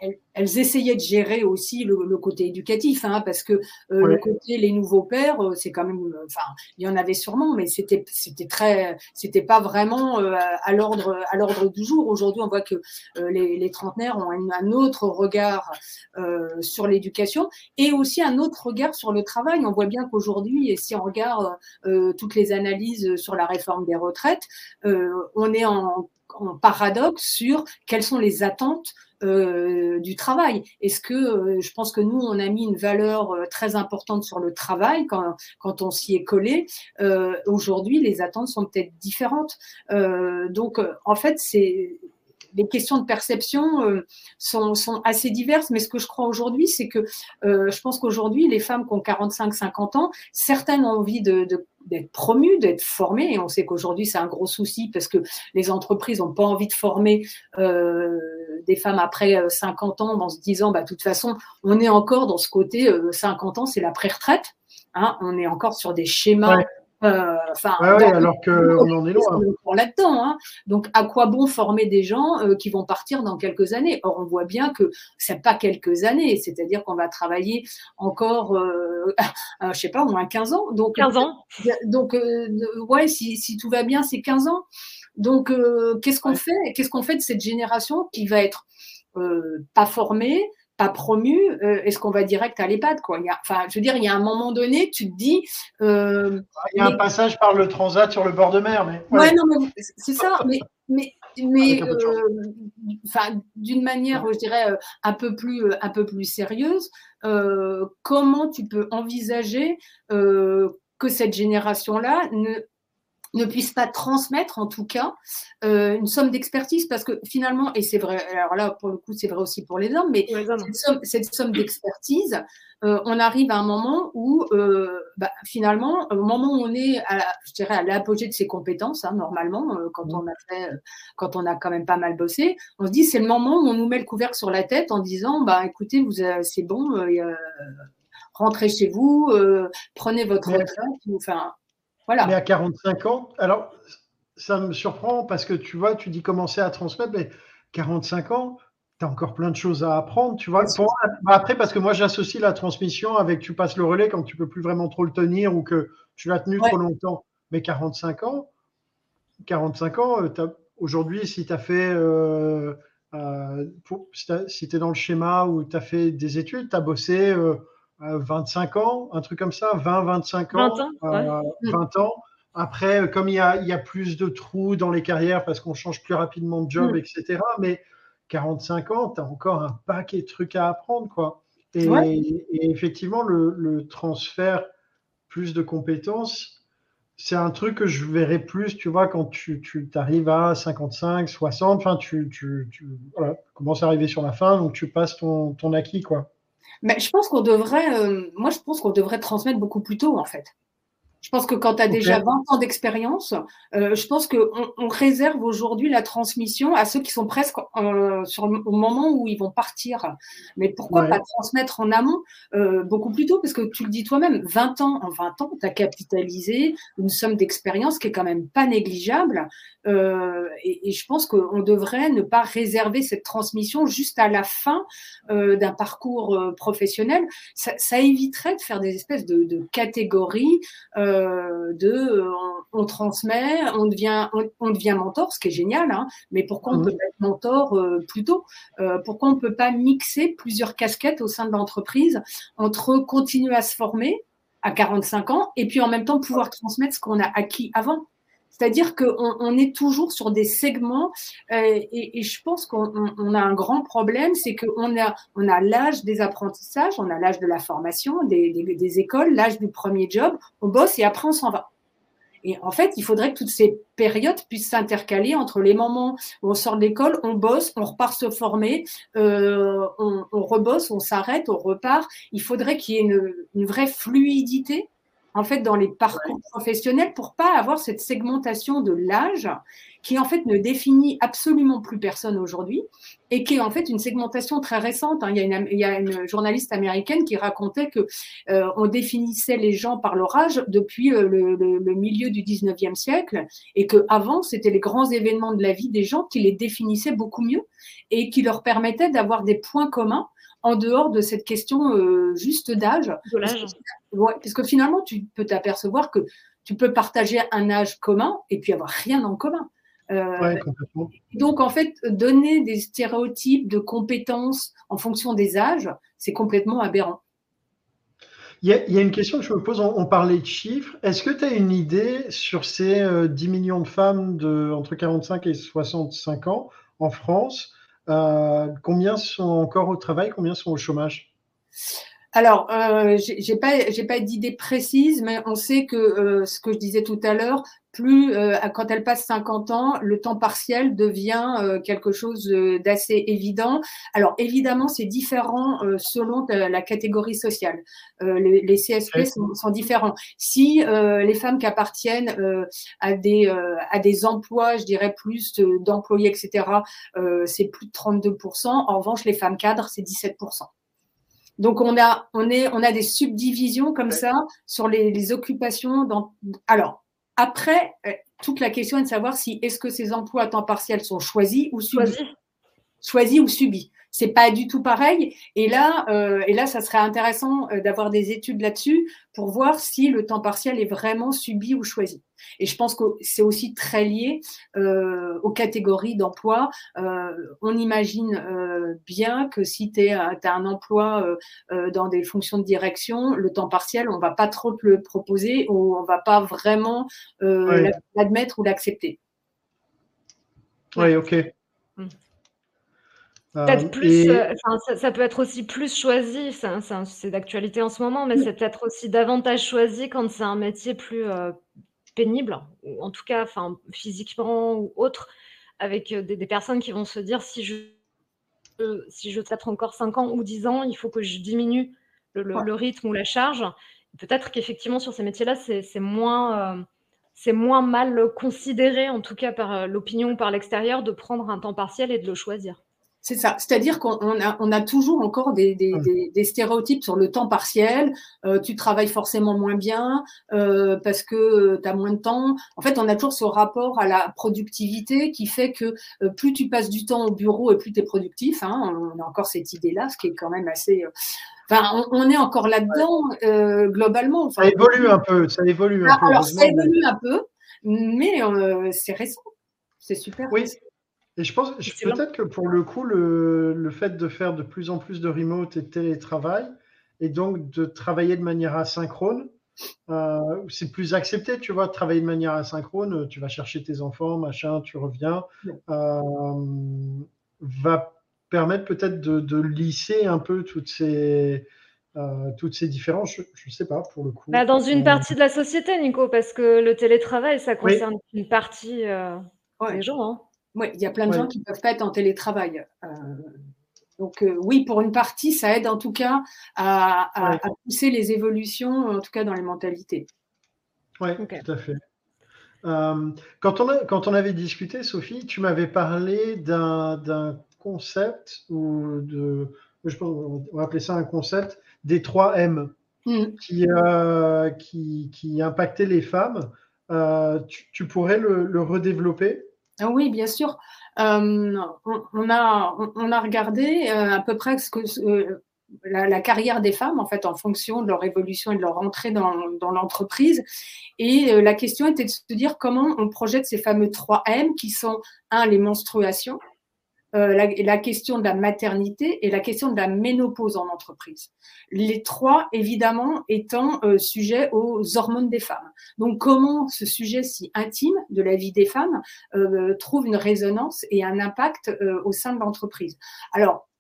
elles, elles essayaient de gérer aussi le, le côté éducatif, hein, parce que euh, Ouais. le côté les nouveaux pères, euh, c'est quand même, enfin, il y en avait sûrement, mais c'était c'était très, c'était pas vraiment euh, à l'ordre à l'ordre du jour. Aujourd'hui, on voit que euh, les, les trentenaires ont un, un autre regard euh, sur l'éducation et aussi un autre regard sur le travail. On voit bien qu'aujourd'hui, et si on regarde euh, toutes les analyses sur la réforme des retraites, euh, on est en, en paradoxe sur quelles sont les attentes Euh, du travail. Est-ce que euh, je pense que nous, on a mis une valeur euh, très importante sur le travail quand, quand on s'y est collé. Euh, aujourd'hui, les attentes sont peut-être différentes. Euh, donc, euh, en fait, c'est les questions de perception euh, sont, sont assez diverses, mais ce que je crois aujourd'hui, c'est que euh, je pense qu'aujourd'hui, les femmes qui ont quarante-cinq cinquante ans, certaines ont envie de, de d'être promues, d'être formées, et on sait qu'aujourd'hui c'est un gros souci parce que les entreprises n'ont pas envie de former euh, des femmes après cinquante ans en se disant bah de toute façon on est encore dans ce côté euh, cinquante ans c'est la pré-retraite, hein, on est encore sur des schémas Ouais. enfin Ouais, ouais, alors qu'on en est loin. là-dedans, hein. Donc à quoi bon former des gens euh, qui vont partir dans quelques années? Or on voit bien que c'est pas quelques années, c'est-à-dire qu'on va travailler encore euh, euh, je sais pas, au moins quinze ans. Donc quinze ans. donc euh, ouais, si, si tout va bien, c'est quinze ans. Donc euh, qu'est-ce qu'on Ouais. fait? Qu'est-ce qu'on fait de cette génération qui va être euh, pas formée, pas promu, euh, est-ce qu'on va direct à l'EHPAD, quoi? Il y a, enfin, je veux dire, il y a un moment donné, tu te dis. Euh, Il y a mais, un passage par le transat sur le bord de mer, mais. ouais, Ouais. non, mais c'est ça. Mais, mais, mais Avec un peu de chance. euh, enfin, d'une manière, Ouais. je dirais, un peu plus, un peu plus sérieuse, euh, comment tu peux envisager euh, que cette génération-là ne ne puisse pas transmettre, en tout cas, euh, une somme d'expertise, parce que finalement, et c'est vrai, alors là, pour le coup, c'est vrai aussi pour les hommes, mais Pour les hommes. cette somme, cette somme d'expertise, euh, on arrive à un moment où, euh, bah, finalement, au moment où on est, à, la- je dirais, à l'apogée de ses compétences, hein, normalement, euh, quand Mmh. on a fait, euh, quand on a quand même pas mal bossé, on se dit, c'est le moment où on nous met le couvercle sur la tête en disant, bah, écoutez, vous, euh, c'est bon, euh, rentrez chez vous, euh, prenez votre Mais, retraite, enfin, mais voilà. à quarante-cinq ans, alors ça me surprend parce que tu vois, tu dis commencer à transmettre, mais quarante-cinq ans, tu as encore plein de choses à apprendre, tu vois. Pour, bah après, parce que moi j'associe la transmission avec tu passes le relais quand tu peux plus vraiment trop le tenir ou que tu l'as tenu Ouais. trop longtemps. Mais quarante-cinq ans, quarante-cinq ans, euh, t'as- aujourd'hui, si tu as fait, euh, euh, pour- si t'as- si tu es dans le schéma où tu as fait des études, tu as bossé euh, euh, vingt-cinq ans, un truc comme ça, vingt, vingt-cinq vingt ans, ans, euh, ouais. vingt ans. Après, euh, comme il y a, il y a plus de trous dans les carrières parce qu'on change plus rapidement de job, Mm. et cetera. Mais quarante-cinq ans, tu as encore un paquet de trucs à apprendre, quoi. Et, Ouais. et effectivement, le, le transfert plus de compétences, c'est un truc que je verrais plus, tu vois, quand tu, tu arrives à cinquante-cinq, soixante, enfin, tu, tu, tu voilà, commences à arriver sur la fin, donc tu passes ton, ton acquis, quoi. Mais je pense qu'on devrait, euh, moi je pense qu'on devrait transmettre beaucoup plus tôt en fait. Je pense que quand tu as Ok. déjà vingt ans d'expérience, euh, je pense qu'on on réserve aujourd'hui la transmission à ceux qui sont presque euh, sur le, au moment où ils vont partir. Mais pourquoi Ouais. pas transmettre en amont euh, beaucoup plus tôt? Parce que tu le dis toi-même, vingt ans, en vingt ans, tu as capitalisé une somme d'expérience qui est quand même pas négligeable. Euh, et, et je pense qu'on devrait ne pas réserver cette transmission juste à la fin euh, d'un parcours euh, professionnel. Ça, ça éviterait de faire des espèces de, de catégories. Euh, de euh, on, on transmet, on devient, on, on devient mentor, ce qui est génial, hein, mais pourquoi on Mhm. peut pas être mentor euh, plus tôt? Euh, pourquoi on peut pas mixer plusieurs casquettes au sein de l'entreprise entre continuer à se former à quarante-cinq ans et puis en même temps pouvoir transmettre ce qu'on a acquis avant? C'est-à-dire qu'on on est toujours sur des segments euh, et, et je pense qu'on on, on a un grand problème, c'est qu'on a, on a l'âge des apprentissages, on a l'âge de la formation, des, des, des écoles, l'âge du premier job, on bosse et après on s'en va. Et en fait, il faudrait que toutes ces périodes puissent s'intercaler entre les moments où on sort de l'école, on bosse, on repart se former, euh, on, on rebosse, on s'arrête, on repart. Il faudrait qu'il y ait une, une vraie fluidité en fait, dans les parcours ouais. professionnels pour pas avoir cette segmentation de l'âge qui, en fait, ne définit absolument plus personne aujourd'hui et qui est, en fait, une segmentation très récente. Il y a une, il y a une journaliste américaine qui racontait que euh, on définissait les gens par leur âge depuis le, le, le milieu du dix-neuvième siècle et qu'avant, c'était les grands événements de la vie des gens qui les définissaient beaucoup mieux et qui leur permettaient d'avoir des points communs en dehors de cette question euh, juste d'âge. Parce, ouais, parce que finalement, tu peux t'apercevoir que tu peux partager un âge commun et puis avoir rien en commun. Euh, ouais, complètement. Donc, en fait, donner des stéréotypes de compétences en fonction des âges, c'est complètement aberrant. Il y, a, il y a une question que je me pose, on, on parlait de chiffres. Est-ce que tu as une idée sur ces euh, dix millions de femmes de, entre quarante-cinq et soixante-cinq ans en France? Euh, combien sont encore au travail, combien sont au chômage? Alors, euh, j'ai pas, j'ai pas d'idée précise, mais on sait que euh, ce que je disais tout à l'heure, plus euh, quand elle passe cinquante ans, le temps partiel devient euh, quelque chose d'assez évident. Alors, évidemment, c'est différent euh, selon la catégorie sociale. Euh, les, les C S P sont, sont différents. Si euh, les femmes qui appartiennent euh, à des euh, à des emplois, je dirais plus d'employés, et cetera, euh, c'est plus de trente-deux pour cent. En revanche, les femmes cadres, c'est dix-sept pour cent. Donc, on a, on, est, on a des subdivisions comme ça sur les, les occupations. Dans... Alors, après, toute la question est de savoir si est-ce que ces emplois à temps partiel sont choisis ou subis. Choisis, choisis ou subis. C'est pas du tout pareil. Et là, euh, et là, ça serait intéressant d'avoir des études là-dessus pour voir si le temps partiel est vraiment subi ou choisi. Et je pense que c'est aussi très lié euh, aux catégories d'emploi. Euh, on imagine euh, bien que si tu as un emploi euh, euh, dans des fonctions de direction, le temps partiel, on va pas trop te le proposer ou on va pas vraiment euh, ouais. l'admettre ou l'accepter. Oui, ok. Mmh. Peut-être plus, et... euh, ça, ça peut être aussi plus choisi, c'est d'actualité en ce moment, mais c'est peut-être aussi davantage choisi quand c'est un métier plus euh, pénible, ou en tout cas enfin, physiquement ou autre, avec des, des personnes qui vont se dire si je, euh, si je traite encore cinq ans ou dix ans, il faut que je diminue le, le, le rythme ou la charge. Peut-être qu'effectivement sur ces métiers-là, c'est moins, euh, c'est moins mal considéré, en tout cas par l'opinion ou par l'extérieur, de prendre un temps partiel et de le choisir. C'est ça, c'est-à-dire qu'on a, on a toujours encore des, des, des, des stéréotypes sur le temps partiel. Euh, tu travailles forcément moins bien euh, parce que tu as moins de temps. En fait, on a toujours ce rapport à la productivité qui fait que euh, plus tu passes du temps au bureau et plus tu es productif. Hein, on a encore cette idée-là, ce qui est quand même assez… Euh, Enfin, on, on est encore là-dedans euh, globalement. Enfin, ça évolue un peu, ça évolue ah, un peu. Alors, ça évolue mais... un peu, mais euh, c'est récent. C'est super oui. récent. Et je pense peut-être que pour le coup, le, le fait de faire de plus en plus de remote et de télétravail, et donc de travailler de manière asynchrone, euh, c'est plus accepté, tu vois, de travailler de manière asynchrone, tu vas chercher tes enfants, machin, tu reviens, euh, va permettre peut-être de, de lisser un peu toutes ces, euh, toutes ces différences, je ne sais pas, pour le coup. Bah, dans une partie de la société, Nico, parce que le télétravail, ça concerne oui. une partie euh, ouais. des gens, hein. Oui, il y a plein de ouais. gens qui ne peuvent pas être en télétravail. Euh, donc euh, oui, pour une partie, ça aide en tout cas à, à, ouais. à pousser les évolutions, en tout cas dans les mentalités. Oui, okay. Tout à fait. Euh, quand, on a, quand on avait discuté, Sophie, tu m'avais parlé d'un concept, ou de, je pense, on va appeler ça un concept, des trois M, mmh. qui, euh, qui, qui impactait les femmes. Euh, tu, tu pourrais le, le redévelopper ? Oui, bien sûr. Euh, on, on, a, on, on a regardé euh, à peu près ce que, euh, la, la carrière des femmes, en fait, en fonction de leur évolution et de leur entrée dans, dans l'entreprise. Et euh, la question était de se dire comment on projette ces fameux trois M qui sont, un, les menstruations, euh, la, la question de la maternité et la question de la ménopause en entreprise. Les trois, évidemment, étant euh, sujets aux hormones des femmes. Donc, comment ce sujet si intime de la vie des femmes euh, trouve une résonance et un impact euh, au sein de l'entreprise. Alors,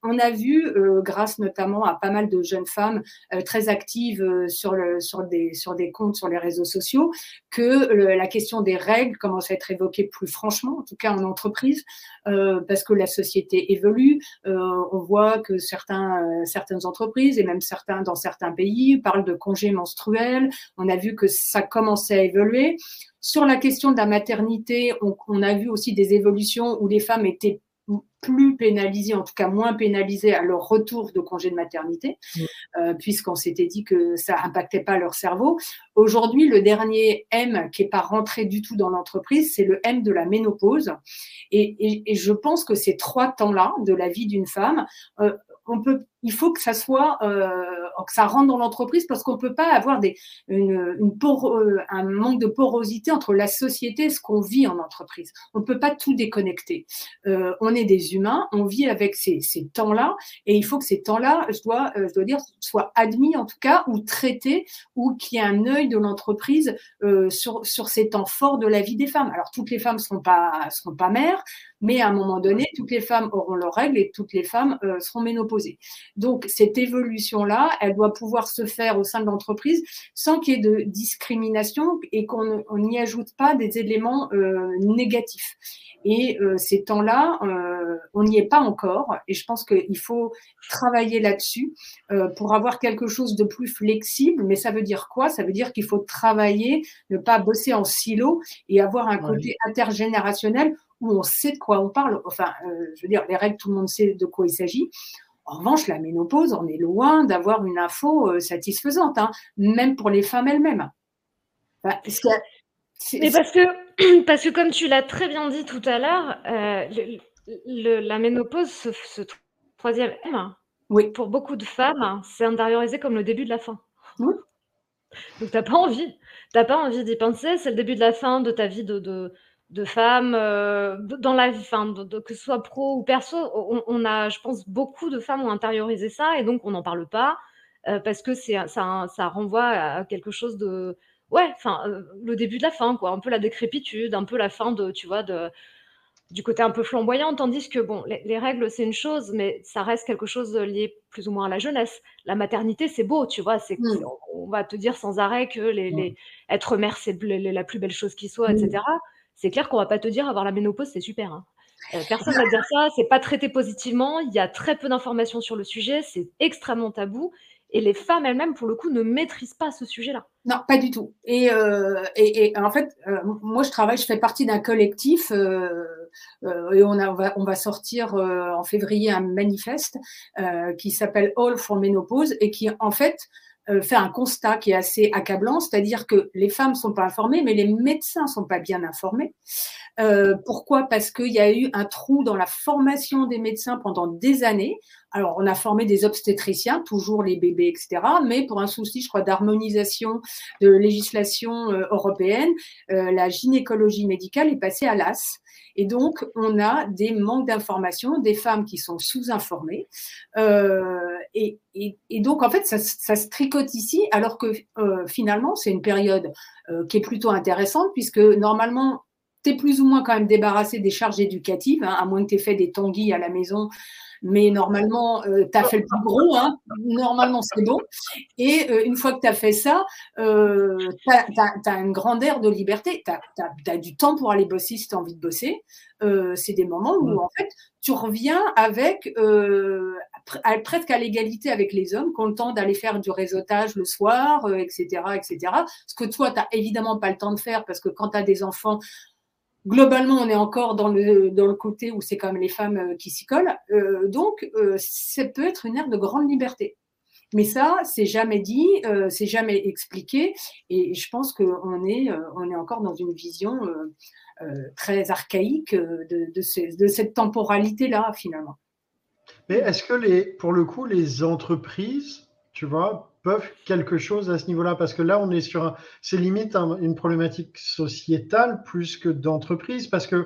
on a vu, euh, grâce notamment à pas mal de jeunes femmes euh, très actives euh, sur, le, sur, des, sur des comptes sur les réseaux sociaux, que le, la question des règles commence à être évoquée plus franchement, en tout cas en entreprise, euh, parce que la société évolue. Euh, on voit que certains, euh, certaines entreprises et même certains dans certains pays parlent de congés menstruels. On a vu que ça commençait à évoluer. Sur la question de la maternité, on, on a vu aussi des évolutions où les femmes étaient plus pénalisées, en tout cas moins pénalisées à leur retour de congé de maternité, mmh. euh, puisqu'on s'était dit que ça impactait pas leur cerveau. Aujourd'hui, le dernier M qui est pas rentré du tout dans l'entreprise, c'est le M de la ménopause. Et, et, et je pense que ces trois temps-là de la vie d'une femme, euh, on peut, il faut que ça soit, euh, que ça rentre dans l'entreprise, parce qu'on peut pas avoir des, une, une poro, un manque de porosité entre la société et ce qu'on vit en entreprise. On peut pas tout déconnecter. Euh, on est des humains, on vit avec ces, ces temps-là, et il faut que ces temps-là, je dois, euh, je dois dire, soient admis en tout cas, ou traités, ou qu'il y ait un œil de l'entreprise euh, sur, sur ces temps forts de la vie des femmes. Alors, toutes les femmes seront pas, seront pas mères, mais à un moment donné, toutes les femmes auront leurs règles et toutes les femmes euh, seront ménopausées. Donc, cette évolution-là, elle doit pouvoir se faire au sein de l'entreprise sans qu'il y ait de discrimination et qu'on n'y ajoute pas des éléments euh, négatifs. Et euh, ces temps-là, euh, on n'y est pas encore. Et je pense qu'il faut travailler là-dessus euh, pour avoir quelque chose de plus flexible. Mais ça veut dire quoi? Ça veut dire qu'il faut travailler, ne pas bosser en silo et avoir un côté ouais. intergénérationnel où on sait de quoi on parle. Enfin, euh, je veux dire, les règles, tout le monde sait de quoi il s'agit. En revanche, la ménopause, on est loin d'avoir une info euh, satisfaisante, hein, même pour les femmes elles-mêmes. Enfin, parce que, c'est, Mais parce que, parce que, comme tu l'as très bien dit tout à l'heure, euh, le, le, la ménopause, ce, ce troisième M, oui. pour beaucoup de femmes, c'est intériorisé comme le début de la fin. Oui. Donc, tu n'as pas envie. Tu n'as pas envie d'y penser. C'est le début de la fin de ta vie de... de de femmes, euh, dans la vie, enfin, de, de, que ce soit pro ou perso, on, on a, je pense, beaucoup de femmes ont intériorisé ça et donc on n'en parle pas euh, parce que c'est, ça, ça renvoie à quelque chose de, ouais, enfin, euh, le début de la fin, quoi, un peu la décrépitude, un peu la fin de, tu vois, de, du côté un peu flamboyant, tandis que, bon, les, les règles, c'est une chose, mais ça reste quelque chose lié plus ou moins à la jeunesse. La maternité, c'est beau, tu vois, c'est, mmh. on va te dire sans arrêt que les, mmh. les, être mère, c'est la plus belle chose qui soit, mmh. et cetera. C'est clair qu'on va pas te dire avoir la ménopause, c'est super. Hein. Euh, personne va dire ça, c'est pas traité positivement, il y a très peu d'informations sur le sujet, c'est extrêmement tabou. Et les femmes elles-mêmes, pour le coup, ne maîtrisent pas ce sujet-là. Non, pas du tout. Et, euh, et, et en fait, euh, moi, je travaille, je fais partie d'un collectif euh, euh, et on, a, on, va, on va sortir euh, en février un manifeste euh, qui s'appelle All for Menopause et qui, en fait, Euh, fait un constat qui est assez accablant, c'est-à-dire que les femmes sont pas informées, mais les médecins sont pas bien informés. Euh, pourquoi? Parce qu'il y a eu un trou dans la formation des médecins pendant des années. Alors, on a formé des obstétriciens, toujours les bébés, et cetera. Mais pour un souci, je crois, d'harmonisation de législation euh, européenne, euh, la gynécologie médicale est passée à l'A S. Et donc, on a des manques d'information, des femmes qui sont sous-informées. Euh, et, et, et donc, en fait, ça, ça se tricote ici, alors que euh, finalement, c'est une période euh, qui est plutôt intéressante, puisque normalement, tu es plus ou moins quand même débarrassé des charges éducatives, hein, à moins que tu aies fait des tanguis à la maison. Mais normalement, euh, tu as fait le plus gros, hein. Normalement, c'est bon. Et euh, une fois que tu as fait ça, euh, tu as une grande ère de liberté. Tu as du temps pour aller bosser si tu as envie de bosser. Euh, c'est des moments où, en fait, tu reviens avec euh, à, presque à l'égalité avec les hommes, qui ont le temps d'aller faire du réseautage le soir, euh, et cetera, et cetera. Ce que toi, tu n'as évidemment pas le temps de faire parce que quand tu as des enfants, globalement, on est encore dans le, dans le côté où c'est quand même les femmes qui s'y collent. Euh, donc, euh, ça peut être une ère de grande liberté. Mais ça, c'est jamais dit, euh, c'est jamais expliqué. Et je pense qu'on est, euh, on est encore dans une vision euh, euh, très archaïque de, de, ce, de cette temporalité-là, finalement. Mais est-ce que, les, pour le coup, les entreprises, tu vois, peuvent quelque chose à ce niveau-là? Parce que là, on est sur un, c'est limite un, une problématique sociétale plus que d'entreprise, parce que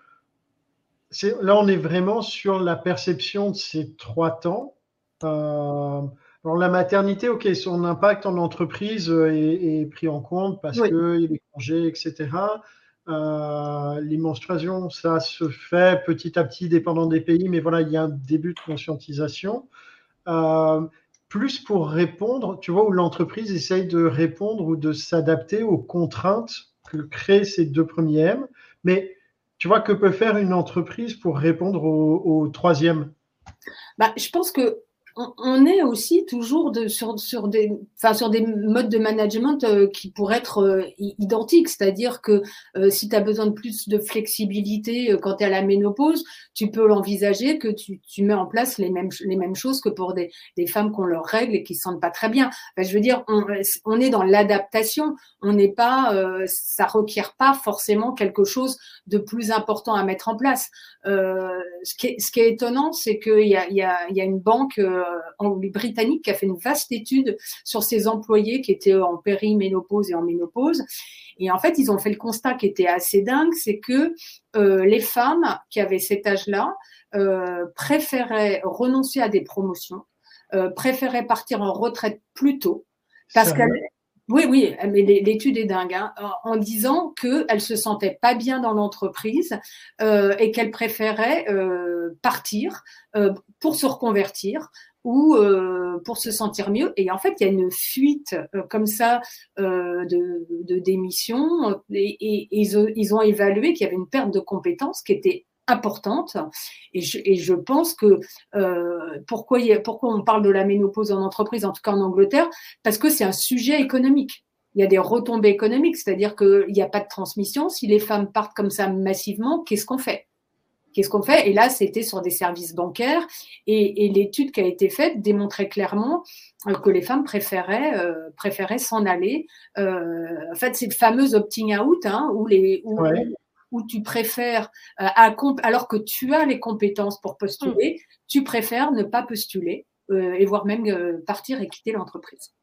c'est, là, on est vraiment sur la perception de ces trois temps. Euh, alors, la maternité, ok, son impact en entreprise est, est pris en compte parce oui. qu'il y a les congés, et cetera. Euh, les menstruations, ça se fait petit à petit, dépendant des pays, mais voilà, il y a un début de conscientisation. Euh, plus pour répondre, tu vois, où l'entreprise essaye de répondre ou de s'adapter aux contraintes que créent ces deux premiers M. Mais tu vois, que peut faire une entreprise pour répondre au, au troisième? Bah, je pense que on, on est aussi toujours de, sur, sur, des, enfin, sur des modes de management euh, qui pourraient être euh, identiques. C'est-à-dire que euh, si tu as besoin de plus de flexibilité euh, quand tu es à la ménopause, tu peux l'envisager que tu, tu mets en place les mêmes, les mêmes choses que pour des, des femmes qui ont leurs règles et qui ne se sentent pas très bien. Enfin, je veux dire, on, on est dans l'adaptation. On n'est pas, euh, ça requiert pas forcément quelque chose de plus important à mettre en place. Euh, ce, qui est, ce qui est étonnant, c'est qu'il y a, il y, a, il y a une banque euh, britannique qui a fait une vaste étude sur ses employés qui étaient en périménopause et en ménopause. Et en fait, ils ont fait le constat qui était assez dingue, c'est que euh, les femmes qui avaient cet âge-là euh, préféraient renoncer à des promotions, euh, préféraient partir en retraite plus tôt, parce qu'elles oui, oui, mais l'étude est dingue, hein, en disant qu'elle ne se sentait pas bien dans l'entreprise euh, et qu'elle préférait euh, partir euh, pour se reconvertir ou euh, pour se sentir mieux. Et en fait, il y a une fuite euh, comme ça euh, de, de démission et, et, et ils, ils ont évalué qu'il y avait une perte de compétences qui était importante et je, et je pense que euh, pourquoi, y a, pourquoi on parle de la ménopause en entreprise, en tout cas en Angleterre, parce que c'est un sujet économique. Il y a des retombées économiques, c'est-à-dire qu'il n'y a pas de transmission. Si les femmes partent comme ça massivement, qu'est-ce qu'on fait? Qu'est-ce qu'on fait? Et là, c'était sur des services bancaires et, et l'étude qui a été faite démontrait clairement que les femmes préféraient, euh, préféraient s'en aller. Euh, en fait, c'est le fameux opting out, hein, où les où, Ouais. où tu préfères, euh, à, alors que tu as les compétences pour postuler, mmh. tu préfères ne pas postuler euh, et voire même euh, partir et quitter l'entreprise.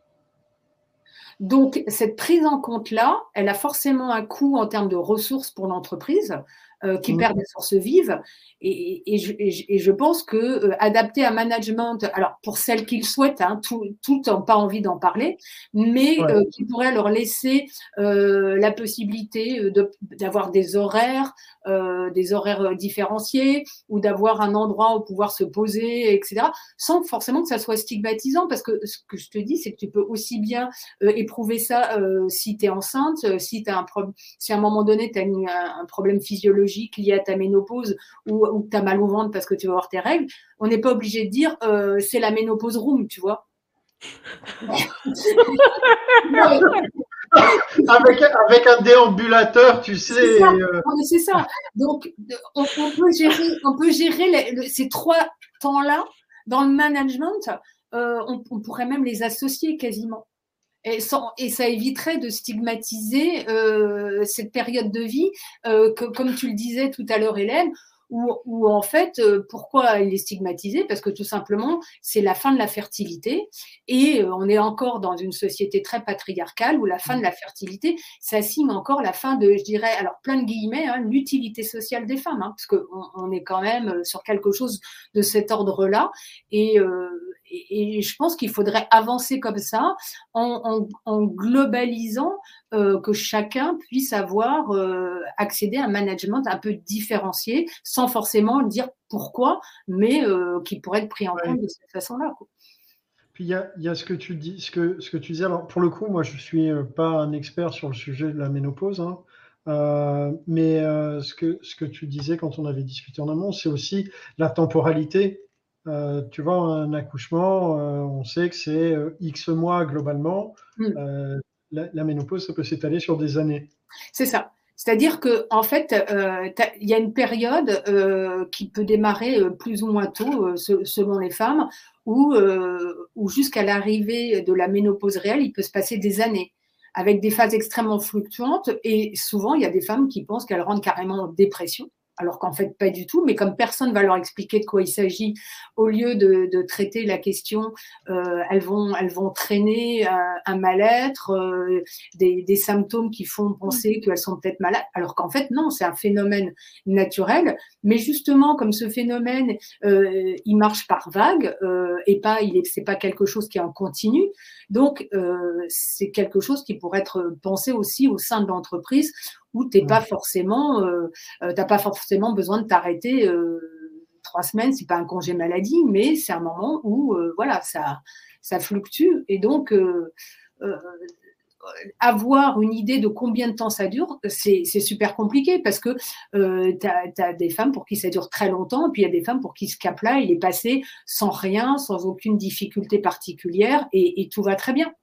Donc, cette prise en compte-là, elle a forcément un coût en termes de ressources pour l'entreprise euh, qui mmh. perd des sources vives. Et, et, je, et je pense que euh, adapter un management, alors pour celles qui le souhaitent, hein, tout, tout n'ont pas envie d'en parler, mais ouais. euh, qui pourrait leur laisser euh, la possibilité de, d'avoir des horaires, euh, des horaires différenciés, ou d'avoir un endroit où pouvoir se poser, et cetera, sans forcément que ça soit stigmatisant, parce que ce que je te dis, c'est que tu peux aussi bien euh, éprouver ça euh, si tu es enceinte, euh, si, t'as un pro- si à un moment donné tu as un, un problème physiologique lié à ta ménopause ou, ou que tu as mal au ventre parce que tu vas avoir tes règles, on n'est pas obligé de dire euh, c'est la ménopause room, tu vois. avec, avec un déambulateur, tu sais. C'est ça. Euh... Non, mais c'est ça. Donc, on, on peut gérer, on peut gérer les, le, ces trois temps-là dans le management. Euh, on, on pourrait même les associer quasiment. Et, sans, et ça éviterait de stigmatiser euh, cette période de vie, euh, que, comme tu le disais tout à l'heure, Hélène, où, où en fait, euh, pourquoi il est stigmatisé? Parce que tout simplement, c'est la fin de la fertilité et euh, on est encore dans une société très patriarcale où la fin de la fertilité, ça signe encore la fin de, je dirais, alors plein de guillemets, hein, l'utilité sociale des femmes, hein, parce qu'on on est quand même sur quelque chose de cet ordre-là et euh, Et, et je pense qu'il faudrait avancer comme ça en, en, en globalisant euh, que chacun puisse avoir euh, accédé à un management un peu différencié sans forcément dire pourquoi, mais euh, qui pourrait être pris en compte ouais. de cette façon-là, quoi. Puis il y a, y a ce que tu dis, ce que, ce que tu disais. Alors pour le coup, moi je suis pas un expert sur le sujet de la ménopause, hein, euh, mais euh, ce que ce que tu disais quand on avait discuté en amont, c'est aussi la temporalité. Euh, tu vois, un accouchement, euh, on sait que c'est euh, X mois globalement. Mm. Euh, la, la ménopause, ça peut s'étaler sur des années. C'est ça. C'est-à-dire que en fait, euh, il y a une période euh, qui peut démarrer euh, plus ou moins tôt, euh, selon les femmes, où, euh, où jusqu'à l'arrivée de la ménopause réelle, il peut se passer des années, avec des phases extrêmement fluctuantes. Et souvent, il y a des femmes qui pensent qu'elles rentrent carrément en dépression, alors qu'en fait, pas du tout. Mais comme personne ne va leur expliquer de quoi il s'agit, au lieu de, de traiter la question, euh, elles, vont, elles vont traîner un, un mal-être, euh, des, des symptômes qui font penser qu'elles sont peut-être malades, alors qu'en fait, non, c'est un phénomène naturel. Mais justement, comme ce phénomène, euh, il marche par vagues euh, et pas, il est, c'est pas quelque chose qui est en continu. Donc, euh, c'est quelque chose qui pourrait être pensé aussi au sein de l'entreprise, où tu n'es Ouais. pas forcément, euh, euh, t'as pas forcément besoin de t'arrêter euh, trois semaines, c'est pas un congé maladie, mais c'est un moment où euh, voilà, ça, ça fluctue. Et donc, euh, euh, avoir une idée de combien de temps ça dure, c'est super compliqué parce que euh, tu as des femmes pour qui ça dure très longtemps, et puis il y a des femmes pour qui ce cap-là, il est passé sans rien, sans aucune difficulté particulière, et, et tout va très bien.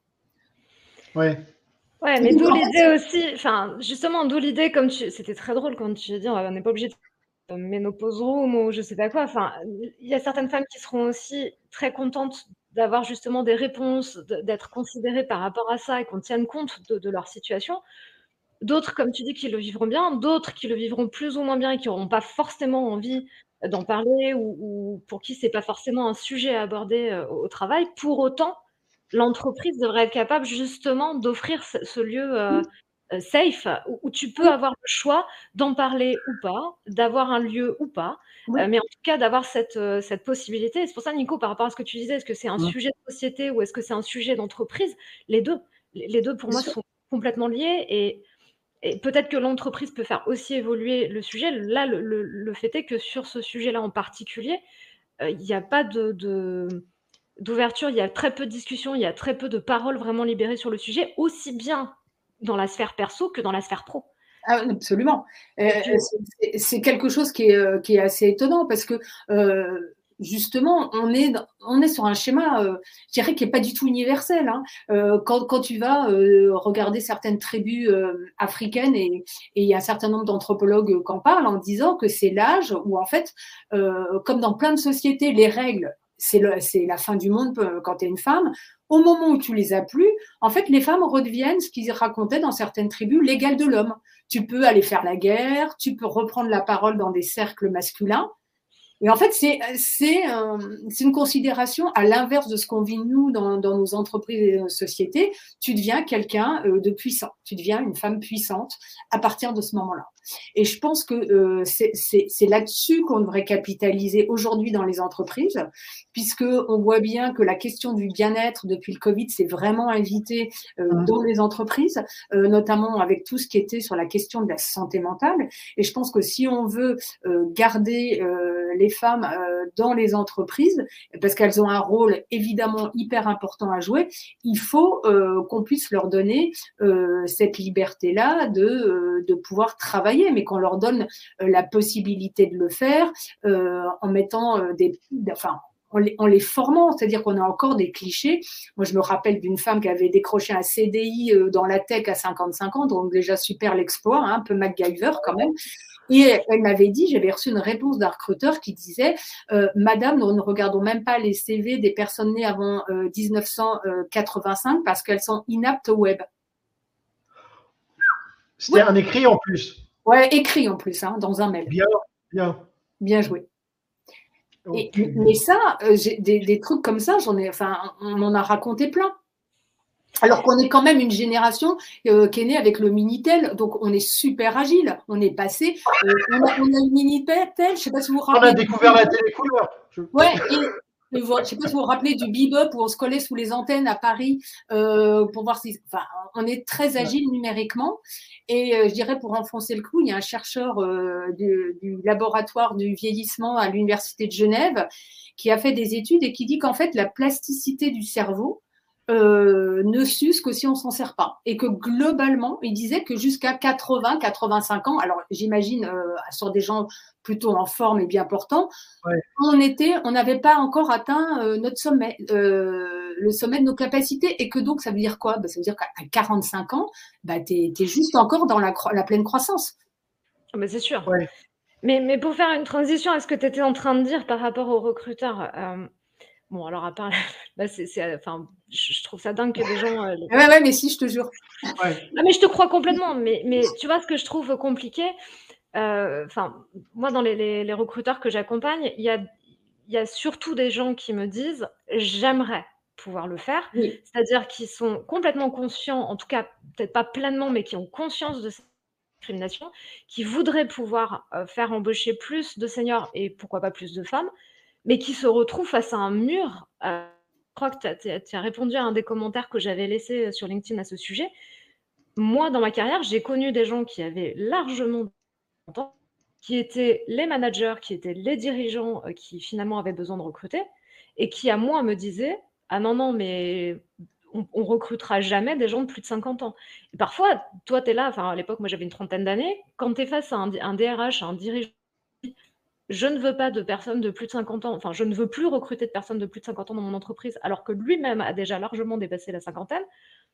Ouais. Ouais, mais d'où l'idée aussi, enfin, justement, d'où l'idée, comme tu, c'était très drôle quand tu dis, on n'est pas obligé de ménopause room ou je sais pas quoi. Enfin, il y a certaines femmes qui seront aussi très contentes d'avoir justement des réponses, d'être considérées par rapport à ça et qu'on tienne compte de, de leur situation. D'autres, comme tu dis, qui le vivront bien, d'autres qui le vivront plus ou moins bien et qui n'auront pas forcément envie d'en parler ou, ou pour qui c'est pas forcément un sujet à aborder euh, au travail. Pour autant, l'entreprise devrait être capable justement d'offrir ce, ce lieu euh, euh, safe où, où tu peux avoir le choix d'en parler ou pas, d'avoir un lieu ou pas, Oui. euh, mais en tout cas d'avoir cette, euh, cette possibilité. C'est pour ça, Nico, par rapport à ce que tu disais, est-ce que c'est un Ouais. sujet de société ou est-ce que c'est un sujet d'entreprise? Les deux. Les les deux, pour moi, sont complètement liés et, et peut-être que l'entreprise peut faire aussi évoluer le sujet. Là, le, le- le fait est que sur ce sujet-là en particulier, euh, il n'y a pas de... de d'ouverture, il y a très peu de discussions, il y a très peu de paroles vraiment libérées sur le sujet, aussi bien dans la sphère perso que dans la sphère pro. Ah, absolument. Euh, puis- c'est- c'est quelque chose qui est, euh, qui est assez étonnant parce que euh, justement, on est, dans- on est sur un schéma, euh, je dirais, qui n'est pas du tout universel. Hein. Euh, quand, quand tu vas euh, regarder certaines tribus euh, africaines, et et il y a un certain nombre d'anthropologues qui en parlent en disant que c'est l'âge où, en fait, euh, comme dans plein de sociétés, les règles, c'est le- c'est la fin du monde euh, quand tu es une femme. Au moment où tu les as plus, en fait, les femmes redeviennent ce qu'ils racontaient dans certaines tribus, l'égal de l'homme. Tu peux aller faire la guerre, tu peux reprendre la parole dans des cercles masculins. Et en fait, c'est c'est euh, c'est une considération à l'inverse de ce qu'on vit nous dans, dans nos entreprises et nos sociétés. Tu deviens quelqu'un euh, de puissant, tu deviens une femme puissante à partir de ce moment-là. Et je pense que euh, c'est c'est- c'est là-dessus qu'on devrait capitaliser aujourd'hui dans les entreprises, puisque on voit bien que la question du bien-être depuis le Covid s'est vraiment invitée euh, Mhm. dans les entreprises, euh, notamment avec tout ce qui était sur la question de la santé mentale. Et je pense que si on veut euh, garder euh, les femmes euh, dans les entreprises, parce qu'elles ont un rôle évidemment hyper important à jouer, il faut euh, qu'on puisse leur donner euh, cette liberté-là de, euh, de pouvoir travailler, mais qu'on leur donne euh, la possibilité de le faire euh, en mettant euh, des... Enfin, en les, en les formant, c'est-à-dire qu'on a encore des clichés. Moi, je me rappelle d'une femme qui avait décroché un C D I euh, dans la tech à cinquante-cinq ans, donc déjà super l'exploit, hein, un peu MacGyver quand même. Et elle m'avait dit, j'avais reçu une réponse d'un recruteur qui disait euh, Madame, nous ne regardons même pas les C V des personnes nées avant euh, mille neuf cent quatre-vingt-cinq parce qu'elles sont inaptes au web. C'était Oui. un écrit en plus. Ouais, écrit en plus, hein, dans un mail. Bien, bien. Bien joué. Et, Ok. mais ça, euh, j'ai des, des trucs comme ça, j'en ai, enfin, on en a raconté plein. Alors qu'on est quand même une génération euh, qui est née avec le Minitel, donc on est super agile. On est passé, euh, on, a, on a le Minitel, je ne sais pas si vous vous On rappelez. a découvert la télécouleur. Je... Ouais, et, et vous- je ne sais pas si vous vous rappelez du bebop où on se collait sous les antennes à Paris euh, pour voir si. Enfin, on est très agile numériquement. Et euh, je dirais, pour enfoncer le clou, il y a un chercheur euh, du, du laboratoire du vieillissement à l'Université de Genève qui a fait des études et qui dit qu'en fait, la plasticité du cerveau euh, ne s'use que si on s'en sert pas. Et que globalement, il disait que jusqu'à quatre-vingts, quatre-vingt-cinq ans, alors j'imagine euh, sur des gens plutôt en forme et bien portants, Ouais. on était, on n'avait pas encore atteint euh, notre sommet, euh, le sommet de nos capacités, et que donc ça veut dire quoi? Bah, ça veut dire qu'à quarante-cinq ans, bah, tu es juste encore dans la, la pleine croissance. Mais c'est sûr. Ouais. Mais, mais pour faire une transition à ce que tu étais en train de dire par rapport aux recruteurs, euh, bon, alors à part, là, c'est, c'est, enfin, je, je trouve ça dingue que les gens. Euh, Ouais, ouais, mais si, je te jure. Ouais. Ah, mais je te crois complètement. Mais, mais tu vois, ce que je trouve compliqué, euh, enfin, moi, dans les, les, les recruteurs que j'accompagne, il y a, il y a surtout des gens qui me disent j'aimerais pouvoir le faire, Oui. c'est-à-dire qui sont complètement conscients, en tout cas, peut-être pas pleinement, mais qui ont conscience de cette discrimination, qui voudraient pouvoir euh, faire embaucher plus de seniors et pourquoi pas plus de femmes, mais qui se retrouvent face à un mur. Euh, je crois que tu as répondu à un des commentaires que j'avais laissé sur LinkedIn à ce sujet. moi, dans ma carrière, j'ai connu des gens qui avaient largement de temps, qui étaient les managers, qui étaient les dirigeants, euh, qui finalement avaient besoin de recruter, et qui à moi me disaient « Ah non, non, mais on, on recrutera jamais des gens de plus de cinquante ans. » Et parfois, toi, tu es là, enfin à l'époque, moi j'avais une trentaine d'années, quand tu es face à un, un D R H, un dirigeant, je ne veux pas de personnes de plus de cinquante ans, enfin je ne veux plus recruter de personnes de plus de cinquante ans dans mon entreprise, alors que lui-même a déjà largement dépassé la cinquantaine,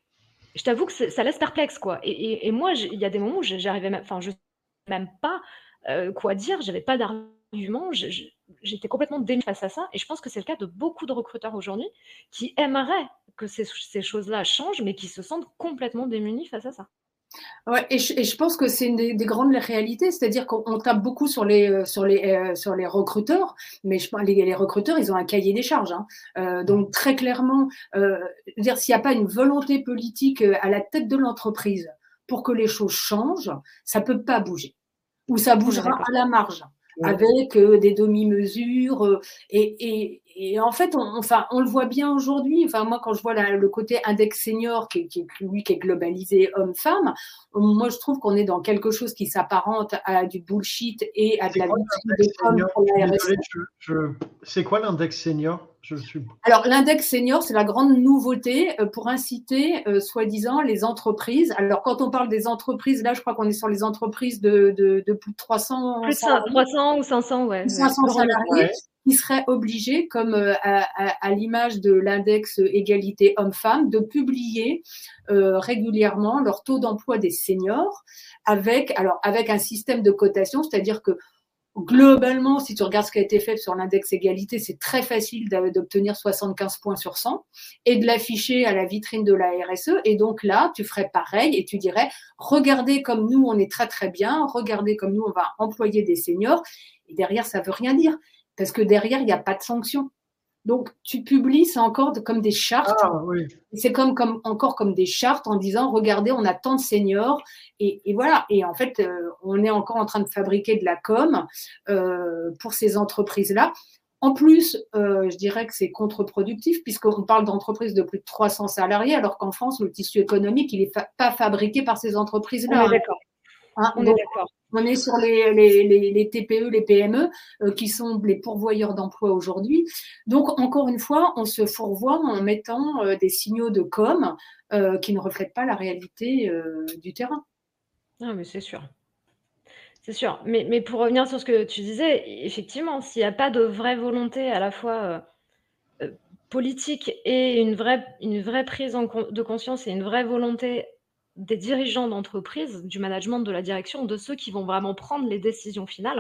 je t'avoue que ça laisse perplexe, quoi. Et, et, et moi, il y a des moments où j'arrivais même, enfin, je ne sais même pas euh, quoi dire, j'avais pas d'argument, j'étais complètement démunie face à ça. Et je pense que c'est le cas de beaucoup de recruteurs aujourd'hui qui aimeraient que ces, ces choses-là changent, mais qui se sentent complètement démunis face à ça. Ouais, et, je, et je pense que c'est une des, des grandes réalités, c'est-à-dire qu'on tape beaucoup sur les, sur les, euh, sur les recruteurs, mais je, les, les recruteurs, ils ont un cahier des charges. Hein. Euh, donc très clairement, euh, dire s'il n'y a pas une volonté politique à la tête de l'entreprise pour que les choses changent, ça peut pas bouger, ou ça bougera à la marge. Ouais. Avec euh, des demi-mesures euh, et, et, et en fait on, enfin on le voit bien aujourd'hui, enfin moi quand je vois la, le côté index senior qui, qui lui qui est globalisé homme-femme, moi je trouve qu'on est dans quelque chose qui s'apparente à du bullshit et à de la vitrine de com pour la R S E. C'est quoi l'index senior? Je suis... Alors, l'index senior, c'est la grande nouveauté pour inciter, euh, soi-disant, les entreprises. Alors, quand on parle des entreprises, là, je crois qu'on est sur les entreprises de, de, de plus de trois cents. Plus de trois cents ou cinq cents, ouais. cinq cents salariés, ouais. Qui seraient obligés, comme euh, à, à, à l'image de l'index égalité homme-femme, de publier euh, régulièrement leur taux d'emploi des seniors avec, alors, avec un système de cotation, c'est-à-dire que globalement, si tu regardes ce qui a été fait sur l'index égalité, c'est très facile d'obtenir soixante-quinze points sur cent et de l'afficher à la vitrine de la R S E. Et donc là, tu ferais pareil et tu dirais, regardez comme nous, on est très très bien, regardez comme nous, on va employer des seniors. Et derrière, ça veut rien dire parce que derrière, il n'y a pas de sanction. Donc, tu publies, c'est encore de, comme des chartes. Ah, oui. C'est comme, comme, encore comme des chartes en disant, regardez, on a tant de seniors. Et, et voilà. Et en fait, euh, on est encore en train de fabriquer de la com euh, pour ces entreprises-là. En plus, euh, je dirais que c'est contre-productif puisqu'on parle d'entreprises de plus de trois cents salariés, alors qu'en France, le tissu économique, il n'est fa pas fabriqué par ces entreprises-là. On est d'accord. Hein, on donc, est d'accord. On est sur les, les, les, les T P E, les P M E, euh, qui sont les pourvoyeurs d'emploi aujourd'hui. Donc, encore une fois, on se fourvoie en mettant euh, des signaux de com euh, qui ne reflètent pas la réalité euh, du terrain. Non, mais c'est sûr. C'est sûr. Mais, mais pour revenir sur ce que tu disais, effectivement, s'il n'y a pas de vraie volonté à la fois euh, euh, politique et une vraie, une vraie prise en con de conscience et une vraie volonté des dirigeants d'entreprise, du management, de la direction, de ceux qui vont vraiment prendre les décisions finales.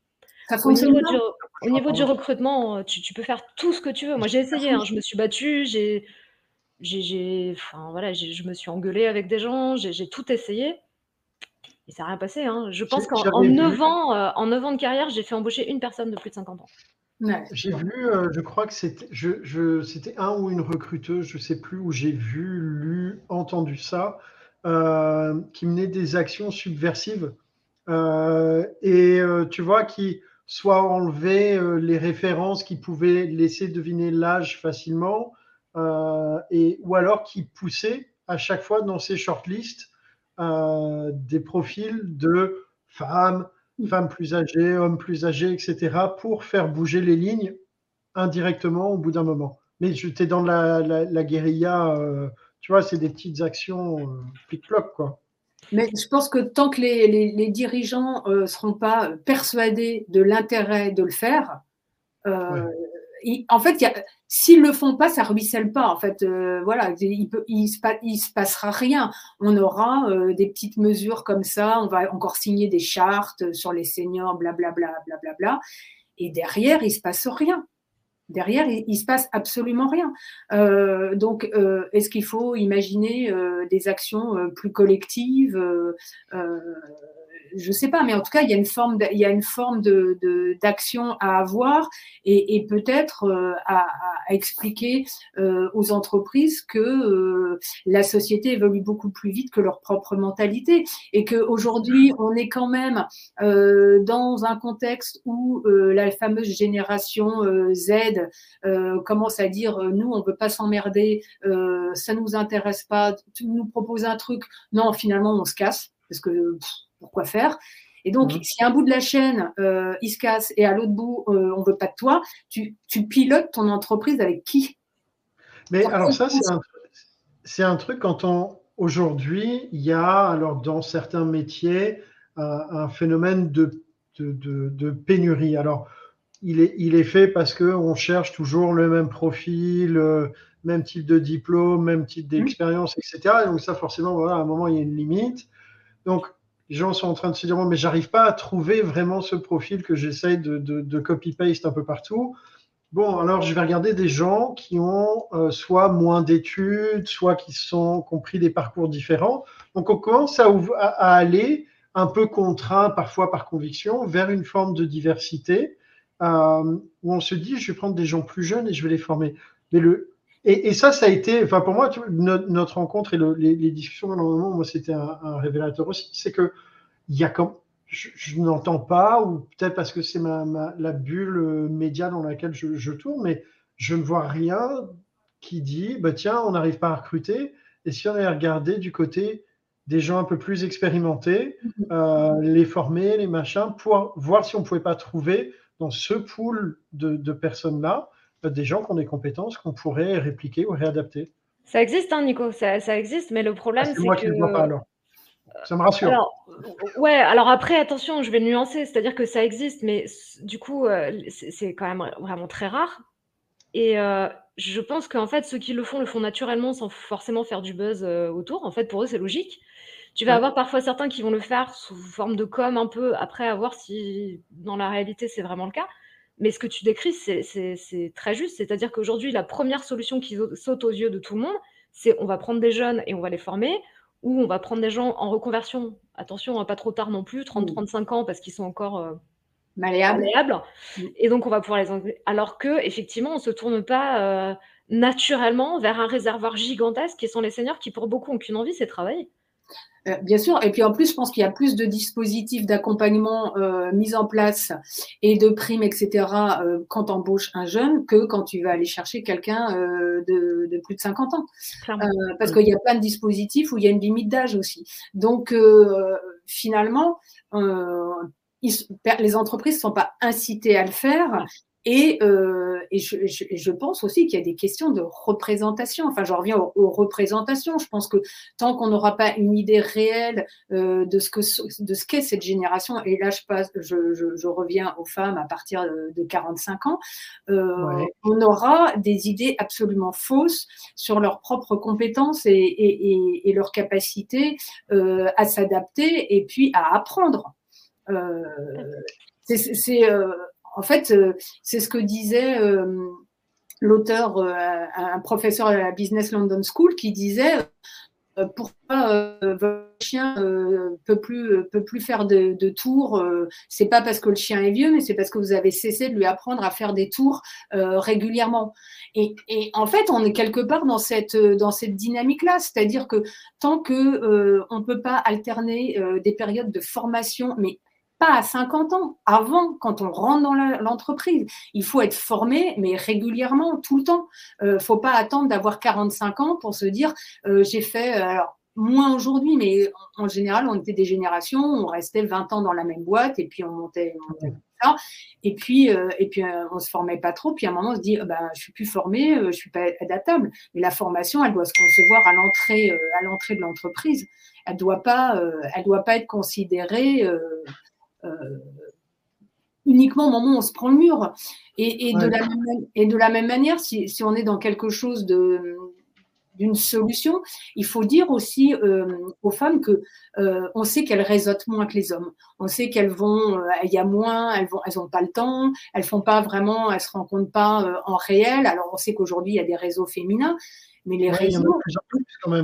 Ça Au niveau, pas. du, au niveau du recrutement, tu, tu peux faire tout ce que tu veux. Moi, j'ai essayé, hein, je me suis battue, j'ai, j'ai, enfin, voilà, je me suis engueulée avec des gens, j'ai tout essayé. Et ça n'a rien passé. Hein. Je pense qu'en neuf ans, euh, en neuf ans de carrière, j'ai fait embaucher une personne de plus de cinquante ans. Ouais. J'ai vu, euh, je crois que c'était je, je, c'était un ou une recruteuse, je ne sais plus, où j'ai vu, lu, entendu ça, euh, qui menait des actions subversives. Euh, et euh, tu vois, qui soit enlevait euh, les références qui pouvaient laisser deviner l'âge facilement, euh, et, ou alors qui poussait à chaque fois dans ces shortlists euh, des profils de femmes, femmes plus âgées, hommes plus âgés, et cetera, pour faire bouger les lignes indirectement au bout d'un moment. Mais j'étais dans la, la, la guérilla, euh, tu vois, c'est des petites actions euh, plic-ploc, quoi. Mais je pense que tant que les, les, les dirigeants ne euh, seront pas persuadés de l'intérêt de le faire, euh, ouais. il, en fait, s'ils ne le font pas, ça ne ruisselle pas. En fait, euh, voilà, il ne il se, il se passera rien. On aura euh, des petites mesures comme ça, on va encore signer des chartes sur les seniors, blablabla, blablabla. Et derrière, il ne se passe rien. Derrière, il, il se passe absolument rien. Euh, donc, euh, est-ce qu'il faut imaginer euh, des actions euh, plus collectives euh, euh, je sais pas, mais en tout cas, il y a une forme, de, il y a une forme de, de, d'action à avoir et, et peut-être euh, à, à expliquer euh, aux entreprises que euh, la société évolue beaucoup plus vite que leur propre mentalité et qu'aujourd'hui, on est quand même euh, dans un contexte où euh, la fameuse génération euh, Z euh, commence à dire euh, nous, on veut pas s'emmerder, euh, ça nous intéresse pas, tu nous proposes un truc, non, finalement, on se casse parce que pff, pourquoi faire? Et donc, mmh. si à un bout de la chaîne, euh, il se casse et à l'autre bout, euh, on veut pas de toi, tu, tu pilotes ton entreprise avec qui? Mais alors, alors ça, c'est un, c'est un truc quand on aujourd'hui, il y a alors dans certains métiers un, un phénomène de, de, de, de pénurie. Alors, il est, il est fait parce qu'on cherche toujours le même profil, euh, même type de diplôme, même type d'expérience, et cetera. Et donc ça, forcément, voilà, à un moment, il y a une limite. Donc, les gens sont en train de se dire, bon, mais j'arrive pas à trouver vraiment ce profil que j'essaye de, de, de copy-paste un peu partout. Bon, alors je vais regarder des gens qui ont euh, soit moins d'études, soit qui sont qui ont pris des parcours différents. Donc on commence à, à, à aller un peu contraint, parfois par conviction, vers une forme de diversité euh, où on se dit, je vais prendre des gens plus jeunes et je vais les former. Mais le et, et ça, ça a été, enfin pour moi, tu, notre, notre rencontre et le, les, les discussions, normalement, moi c'était un, un révélateur aussi, c'est que il y a comme je, je n'entends pas, ou peut-être parce que c'est ma, ma, la bulle média dans laquelle je, je tourne, mais je ne vois rien qui dit, bah, tiens, on n'arrive pas à recruter, et si on allait regarder du côté des gens un peu plus expérimentés, euh, les former, les machins, pour voir si on ne pouvait pas trouver dans ce pool de, de personnes-là des gens qui ont des compétences qu'on pourrait répliquer ou réadapter. Ça existe, hein, Nico, ça, ça existe, mais le problème, ah, c'est c'est moi que… qui ne le vois pas alors. Ça me rassure. Alors, ouais, alors après, attention, je vais nuancer, c'est-à-dire que ça existe, mais du coup, euh, c'est quand même vraiment très rare. Et euh, je pense qu'en fait, ceux qui le font, le font naturellement sans forcément faire du buzz euh, autour. En fait, pour eux, c'est logique. Tu vas ouais. avoir parfois certains qui vont le faire sous forme de com un peu, après à voir si dans la réalité, c'est vraiment le cas. Mais ce que tu décris, c'est très juste. C'est-à-dire qu'aujourd'hui, la première solution qui saute aux yeux de tout le monde, c'est on va prendre des jeunes et on va les former, ou on va prendre des gens en reconversion. Attention, pas trop tard non plus, trente à trente-cinq ans, parce qu'ils sont encore euh, malléables. malléables. Et donc, on va pouvoir les enlever. Alors qu'effectivement, on ne se tourne pas euh, naturellement vers un réservoir gigantesque qui sont les seniors qui, pour beaucoup, n'ont qu'une envie, c'est de travailler. Euh, bien sûr, et puis en plus, je pense qu'il y a plus de dispositifs d'accompagnement euh, mis en place et de primes, et cetera, euh, quand tu embauches un jeune que quand tu vas aller chercher quelqu'un euh, de, de plus de cinquante ans. Euh, parce qu'il y a plein de dispositifs où il y a une limite d'âge aussi. Donc, euh, finalement, euh, ils, les entreprises ne sont pas incitées à le faire. Et, euh, et je, je, je pense aussi qu'il y a des questions de représentation. Enfin, j'en reviens aux, aux représentations. Je pense que tant qu'on n'aura pas une idée réelle euh, de ce que de ce qu'est cette génération, et là je passe, je, je, je reviens aux femmes à partir de, de quarante-cinq ans, euh, ouais. on aura des idées absolument fausses sur leurs propres compétences et, et, et, et leur capacité euh, à s'adapter et puis à apprendre. Euh, c'est euh, En fait, euh, c'est ce que disait euh, l'auteur, euh, un professeur à la Business London School, qui disait euh, pourquoi euh, votre chien euh, peut plus peut plus faire de, de tours. Euh, c'est pas parce que le chien est vieux, mais c'est parce que vous avez cessé de lui apprendre à faire des tours euh, régulièrement. Et, et en fait, on est quelque part dans cette dans cette dynamique-là, c'est-à-dire que tant que euh, on peut pas alterner euh, des périodes de formation, mais pas à cinquante ans, avant, quand on rentre dans l'entreprise. Il faut être formé, mais régulièrement, tout le temps. Il euh, ne faut pas attendre d'avoir quarante-cinq ans pour se dire euh, j'ai fait, alors moins aujourd'hui, mais en, en général, on était des générations, on restait vingt ans dans la même boîte et puis on montait, on montait comme ça. Et puis, euh, et puis euh, on ne se formait pas trop. Puis à un moment, on se dit bah, je ne suis plus formé, euh, je ne suis pas adaptable. Mais la formation, elle doit se concevoir à l'entrée euh, à l'entrée de l'entreprise. Elle ne doit, euh, doit pas être considérée euh, Euh, uniquement au moment où on se prend le mur. Et, et, ouais. de, la même, et de la même manière, si, si on est dans quelque chose de d'une solution, il faut dire aussi euh, aux femmes que euh, on sait qu'elles réseautent moins que les hommes. On sait qu'elles vont, euh, il y a moins, elles vont, elles ont pas le temps, elles font pas vraiment, elles se rencontrent pas euh, en réel. Alors on sait qu'aujourd'hui il y a des réseaux féminins, mais les ouais, réseaux, il y en a de plus en plus quand même.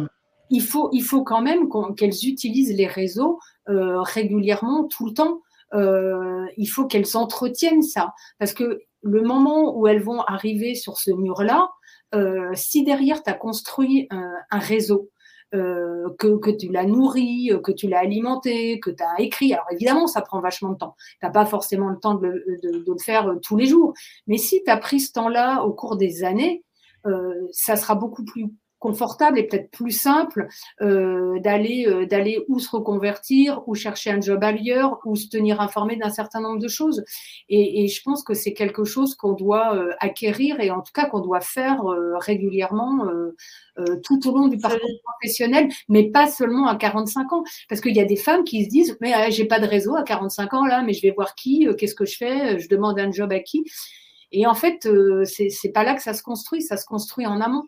il faut, il faut quand même qu'on, qu'elles utilisent les réseaux euh, régulièrement, tout le temps. Euh, il faut qu'elles entretiennent ça. Parce que le moment où elles vont arriver sur ce mur-là, euh, si derrière tu as construit un, un réseau, euh, que, que tu l'as nourri, que tu l'as alimenté, que tu as écrit, alors évidemment, ça prend vachement de temps. Tu n'as pas forcément le temps de le, de, de le faire tous les jours. Mais si tu as pris ce temps-là au cours des années, euh, ça sera beaucoup plus confortable et peut-être plus simple euh, d'aller euh, d'aller ou se reconvertir ou chercher un job ailleurs ou se tenir informé d'un certain nombre de choses et, et je pense que c'est quelque chose qu'on doit euh, acquérir et en tout cas qu'on doit faire euh, régulièrement euh, euh, tout au long du parcours professionnel, mais pas seulement à quarante-cinq ans, parce qu'il y a des femmes qui se disent mais euh, j'ai pas de réseau à quarante-cinq ans là, mais je vais voir qui, euh, qu'est-ce que je fais, je demande un job à qui. Et en fait euh, c'est c'est pas là que ça se construit, ça se construit en amont.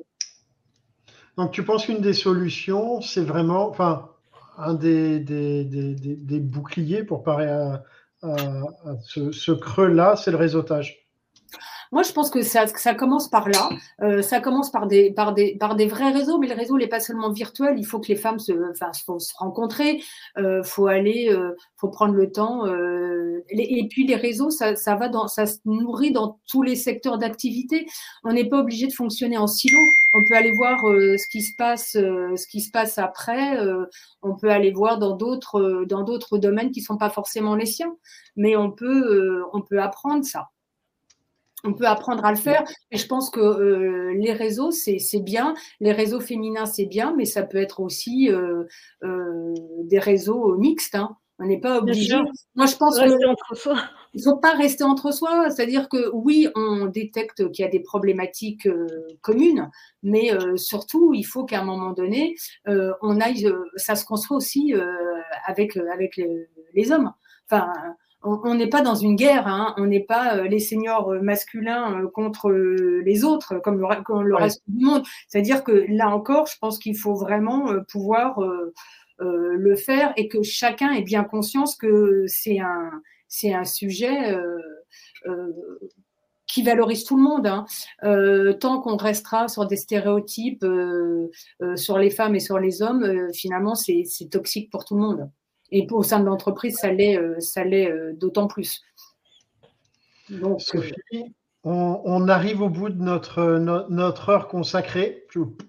Donc, tu penses qu'une des solutions, c'est vraiment, enfin, un des, des, des, des, des boucliers pour parer à, à, à ce, ce creux-là, c'est le réseautage. Moi, je pense que ça, ça commence par là. Euh, ça commence par des, par, des, par des vrais réseaux, mais le réseau n'est pas seulement virtuel. Il faut que les femmes se, enfin, faut se rencontrer. Euh, faut aller, euh, faut prendre le temps. Euh, et puis les réseaux, ça, ça va dans, ça se nourrit dans tous les secteurs d'activité. On n'est pas obligé de fonctionner en silo. On peut aller voir euh, ce qui se passe, euh, ce qui se passe après. Euh, on peut aller voir dans d'autres, euh, dans d'autres domaines qui sont pas forcément les siens. Mais on peut, euh, on peut apprendre ça. On peut apprendre à le faire. Et je pense que euh, les réseaux, c'est bien. Les réseaux féminins, c'est bien, mais ça peut être aussi euh, euh, des réseaux mixtes. Hein. On n'est pas obligé. Moi, je pense rester que entre soi. Il ne faut pas rester entre soi. C'est-à-dire que oui, on détecte qu'il y a des problématiques euh, communes, mais euh, surtout, il faut qu'à un moment donné, euh, on aille. Euh, ça se construit aussi euh, avec avec les, les hommes. Enfin. On n'est pas dans une guerre, hein. On n'est pas euh, les seniors masculins euh, contre euh, les autres, comme le, comme le ouais. reste du monde. C'est-à-dire que là encore, je pense qu'il faut vraiment euh, pouvoir euh, euh, le faire et que chacun ait bien conscience que c'est un, c'est un sujet euh, euh, qui valorise tout le monde. Hein. Euh, tant qu'on restera sur des stéréotypes euh, euh, sur les femmes et sur les hommes, euh, finalement, c'est toxique pour tout le monde. Et au sein de l'entreprise, ça l'est euh, ça l'est euh, d'autant plus. Donc, Sophie, euh... on, on arrive au bout de notre, no, notre heure consacrée.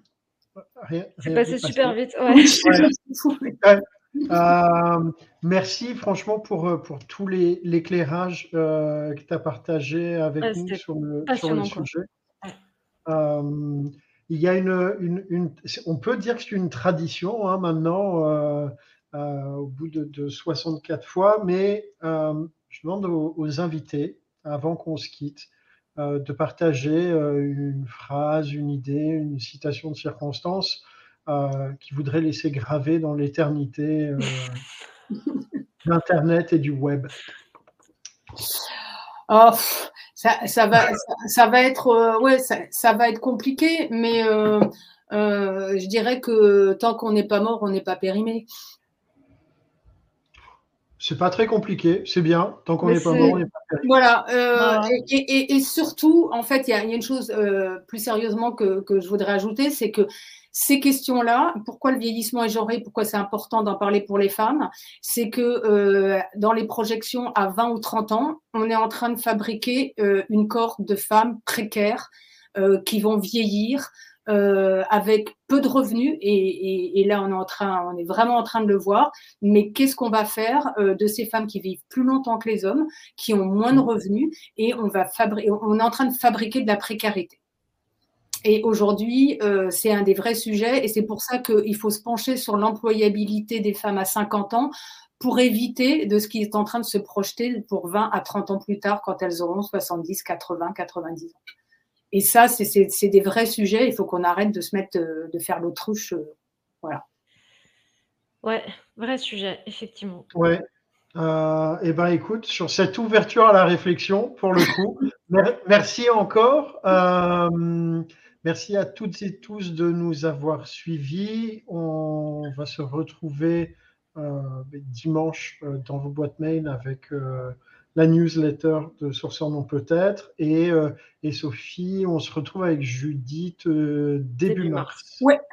C'est passé super vite. Ouais. Ouais. Euh, merci franchement pour, pour tout l'éclairage euh, que tu as partagé avec ouais, nous sur le, sur le sujet. Ouais. Euh, il y a une, une, une, on peut dire que c'est une tradition hein, maintenant. Euh, Euh, au bout de, de soixante-quatre fois, mais euh, je demande aux, aux invités, avant qu'on se quitte, euh, de partager euh, une phrase, une idée, une citation de circonstance euh, qui voudrait laisser graver dans l'éternité euh, d'Internet et du web. Oh, ça, ça, va, ça, ça va être, euh, ouais, ça, ça va être compliqué, mais euh, euh, je dirais que tant qu'on n'est pas mort, on n'est pas périmé. C'est pas très compliqué, c'est bien. Tant qu'on n'est pas mort, on n'est pas périmé. Voilà. Euh, ah. et, et, et surtout, en fait, il y, y a une chose euh, plus sérieusement que, que je voudrais ajouter, c'est que ces questions-là, pourquoi le vieillissement est genré, pourquoi c'est important d'en parler pour les femmes, c'est que euh, dans les projections à vingt ou trente ans, on est en train de fabriquer euh, une cohorte de femmes précaires euh, qui vont vieillir, Euh, avec peu de revenus et, et, et là on est en train, on est vraiment en train de le voir. Mais qu'est-ce qu'on va faire euh, de ces femmes qui vivent plus longtemps que les hommes, qui ont moins de revenus et on va fabriquer, on est en train de fabriquer de la précarité. Et aujourd'hui, euh, c'est un des vrais sujets et c'est pour ça qu'il faut se pencher sur l'employabilité des femmes à cinquante ans pour éviter de ce qui est en train de se projeter pour vingt à trente ans plus tard quand elles auront soixante-dix, quatre-vingts, quatre-vingt-dix ans. Et ça, c'est des vrais sujets. Il faut qu'on arrête de se mettre, de faire l'autruche. Euh, voilà. Ouais, vrai sujet, effectivement. Ouais. Euh, et ben, écoute, sur cette ouverture à la réflexion, pour le coup, merci encore. Euh, merci à toutes et tous de nous avoir suivis. On va se retrouver euh, dimanche euh, dans vos boîtes mail avec euh, la newsletter de Sur son nom peut-être. Et, euh, et Sophie, on se retrouve avec Judith euh, début, début mars. mars. Ouais.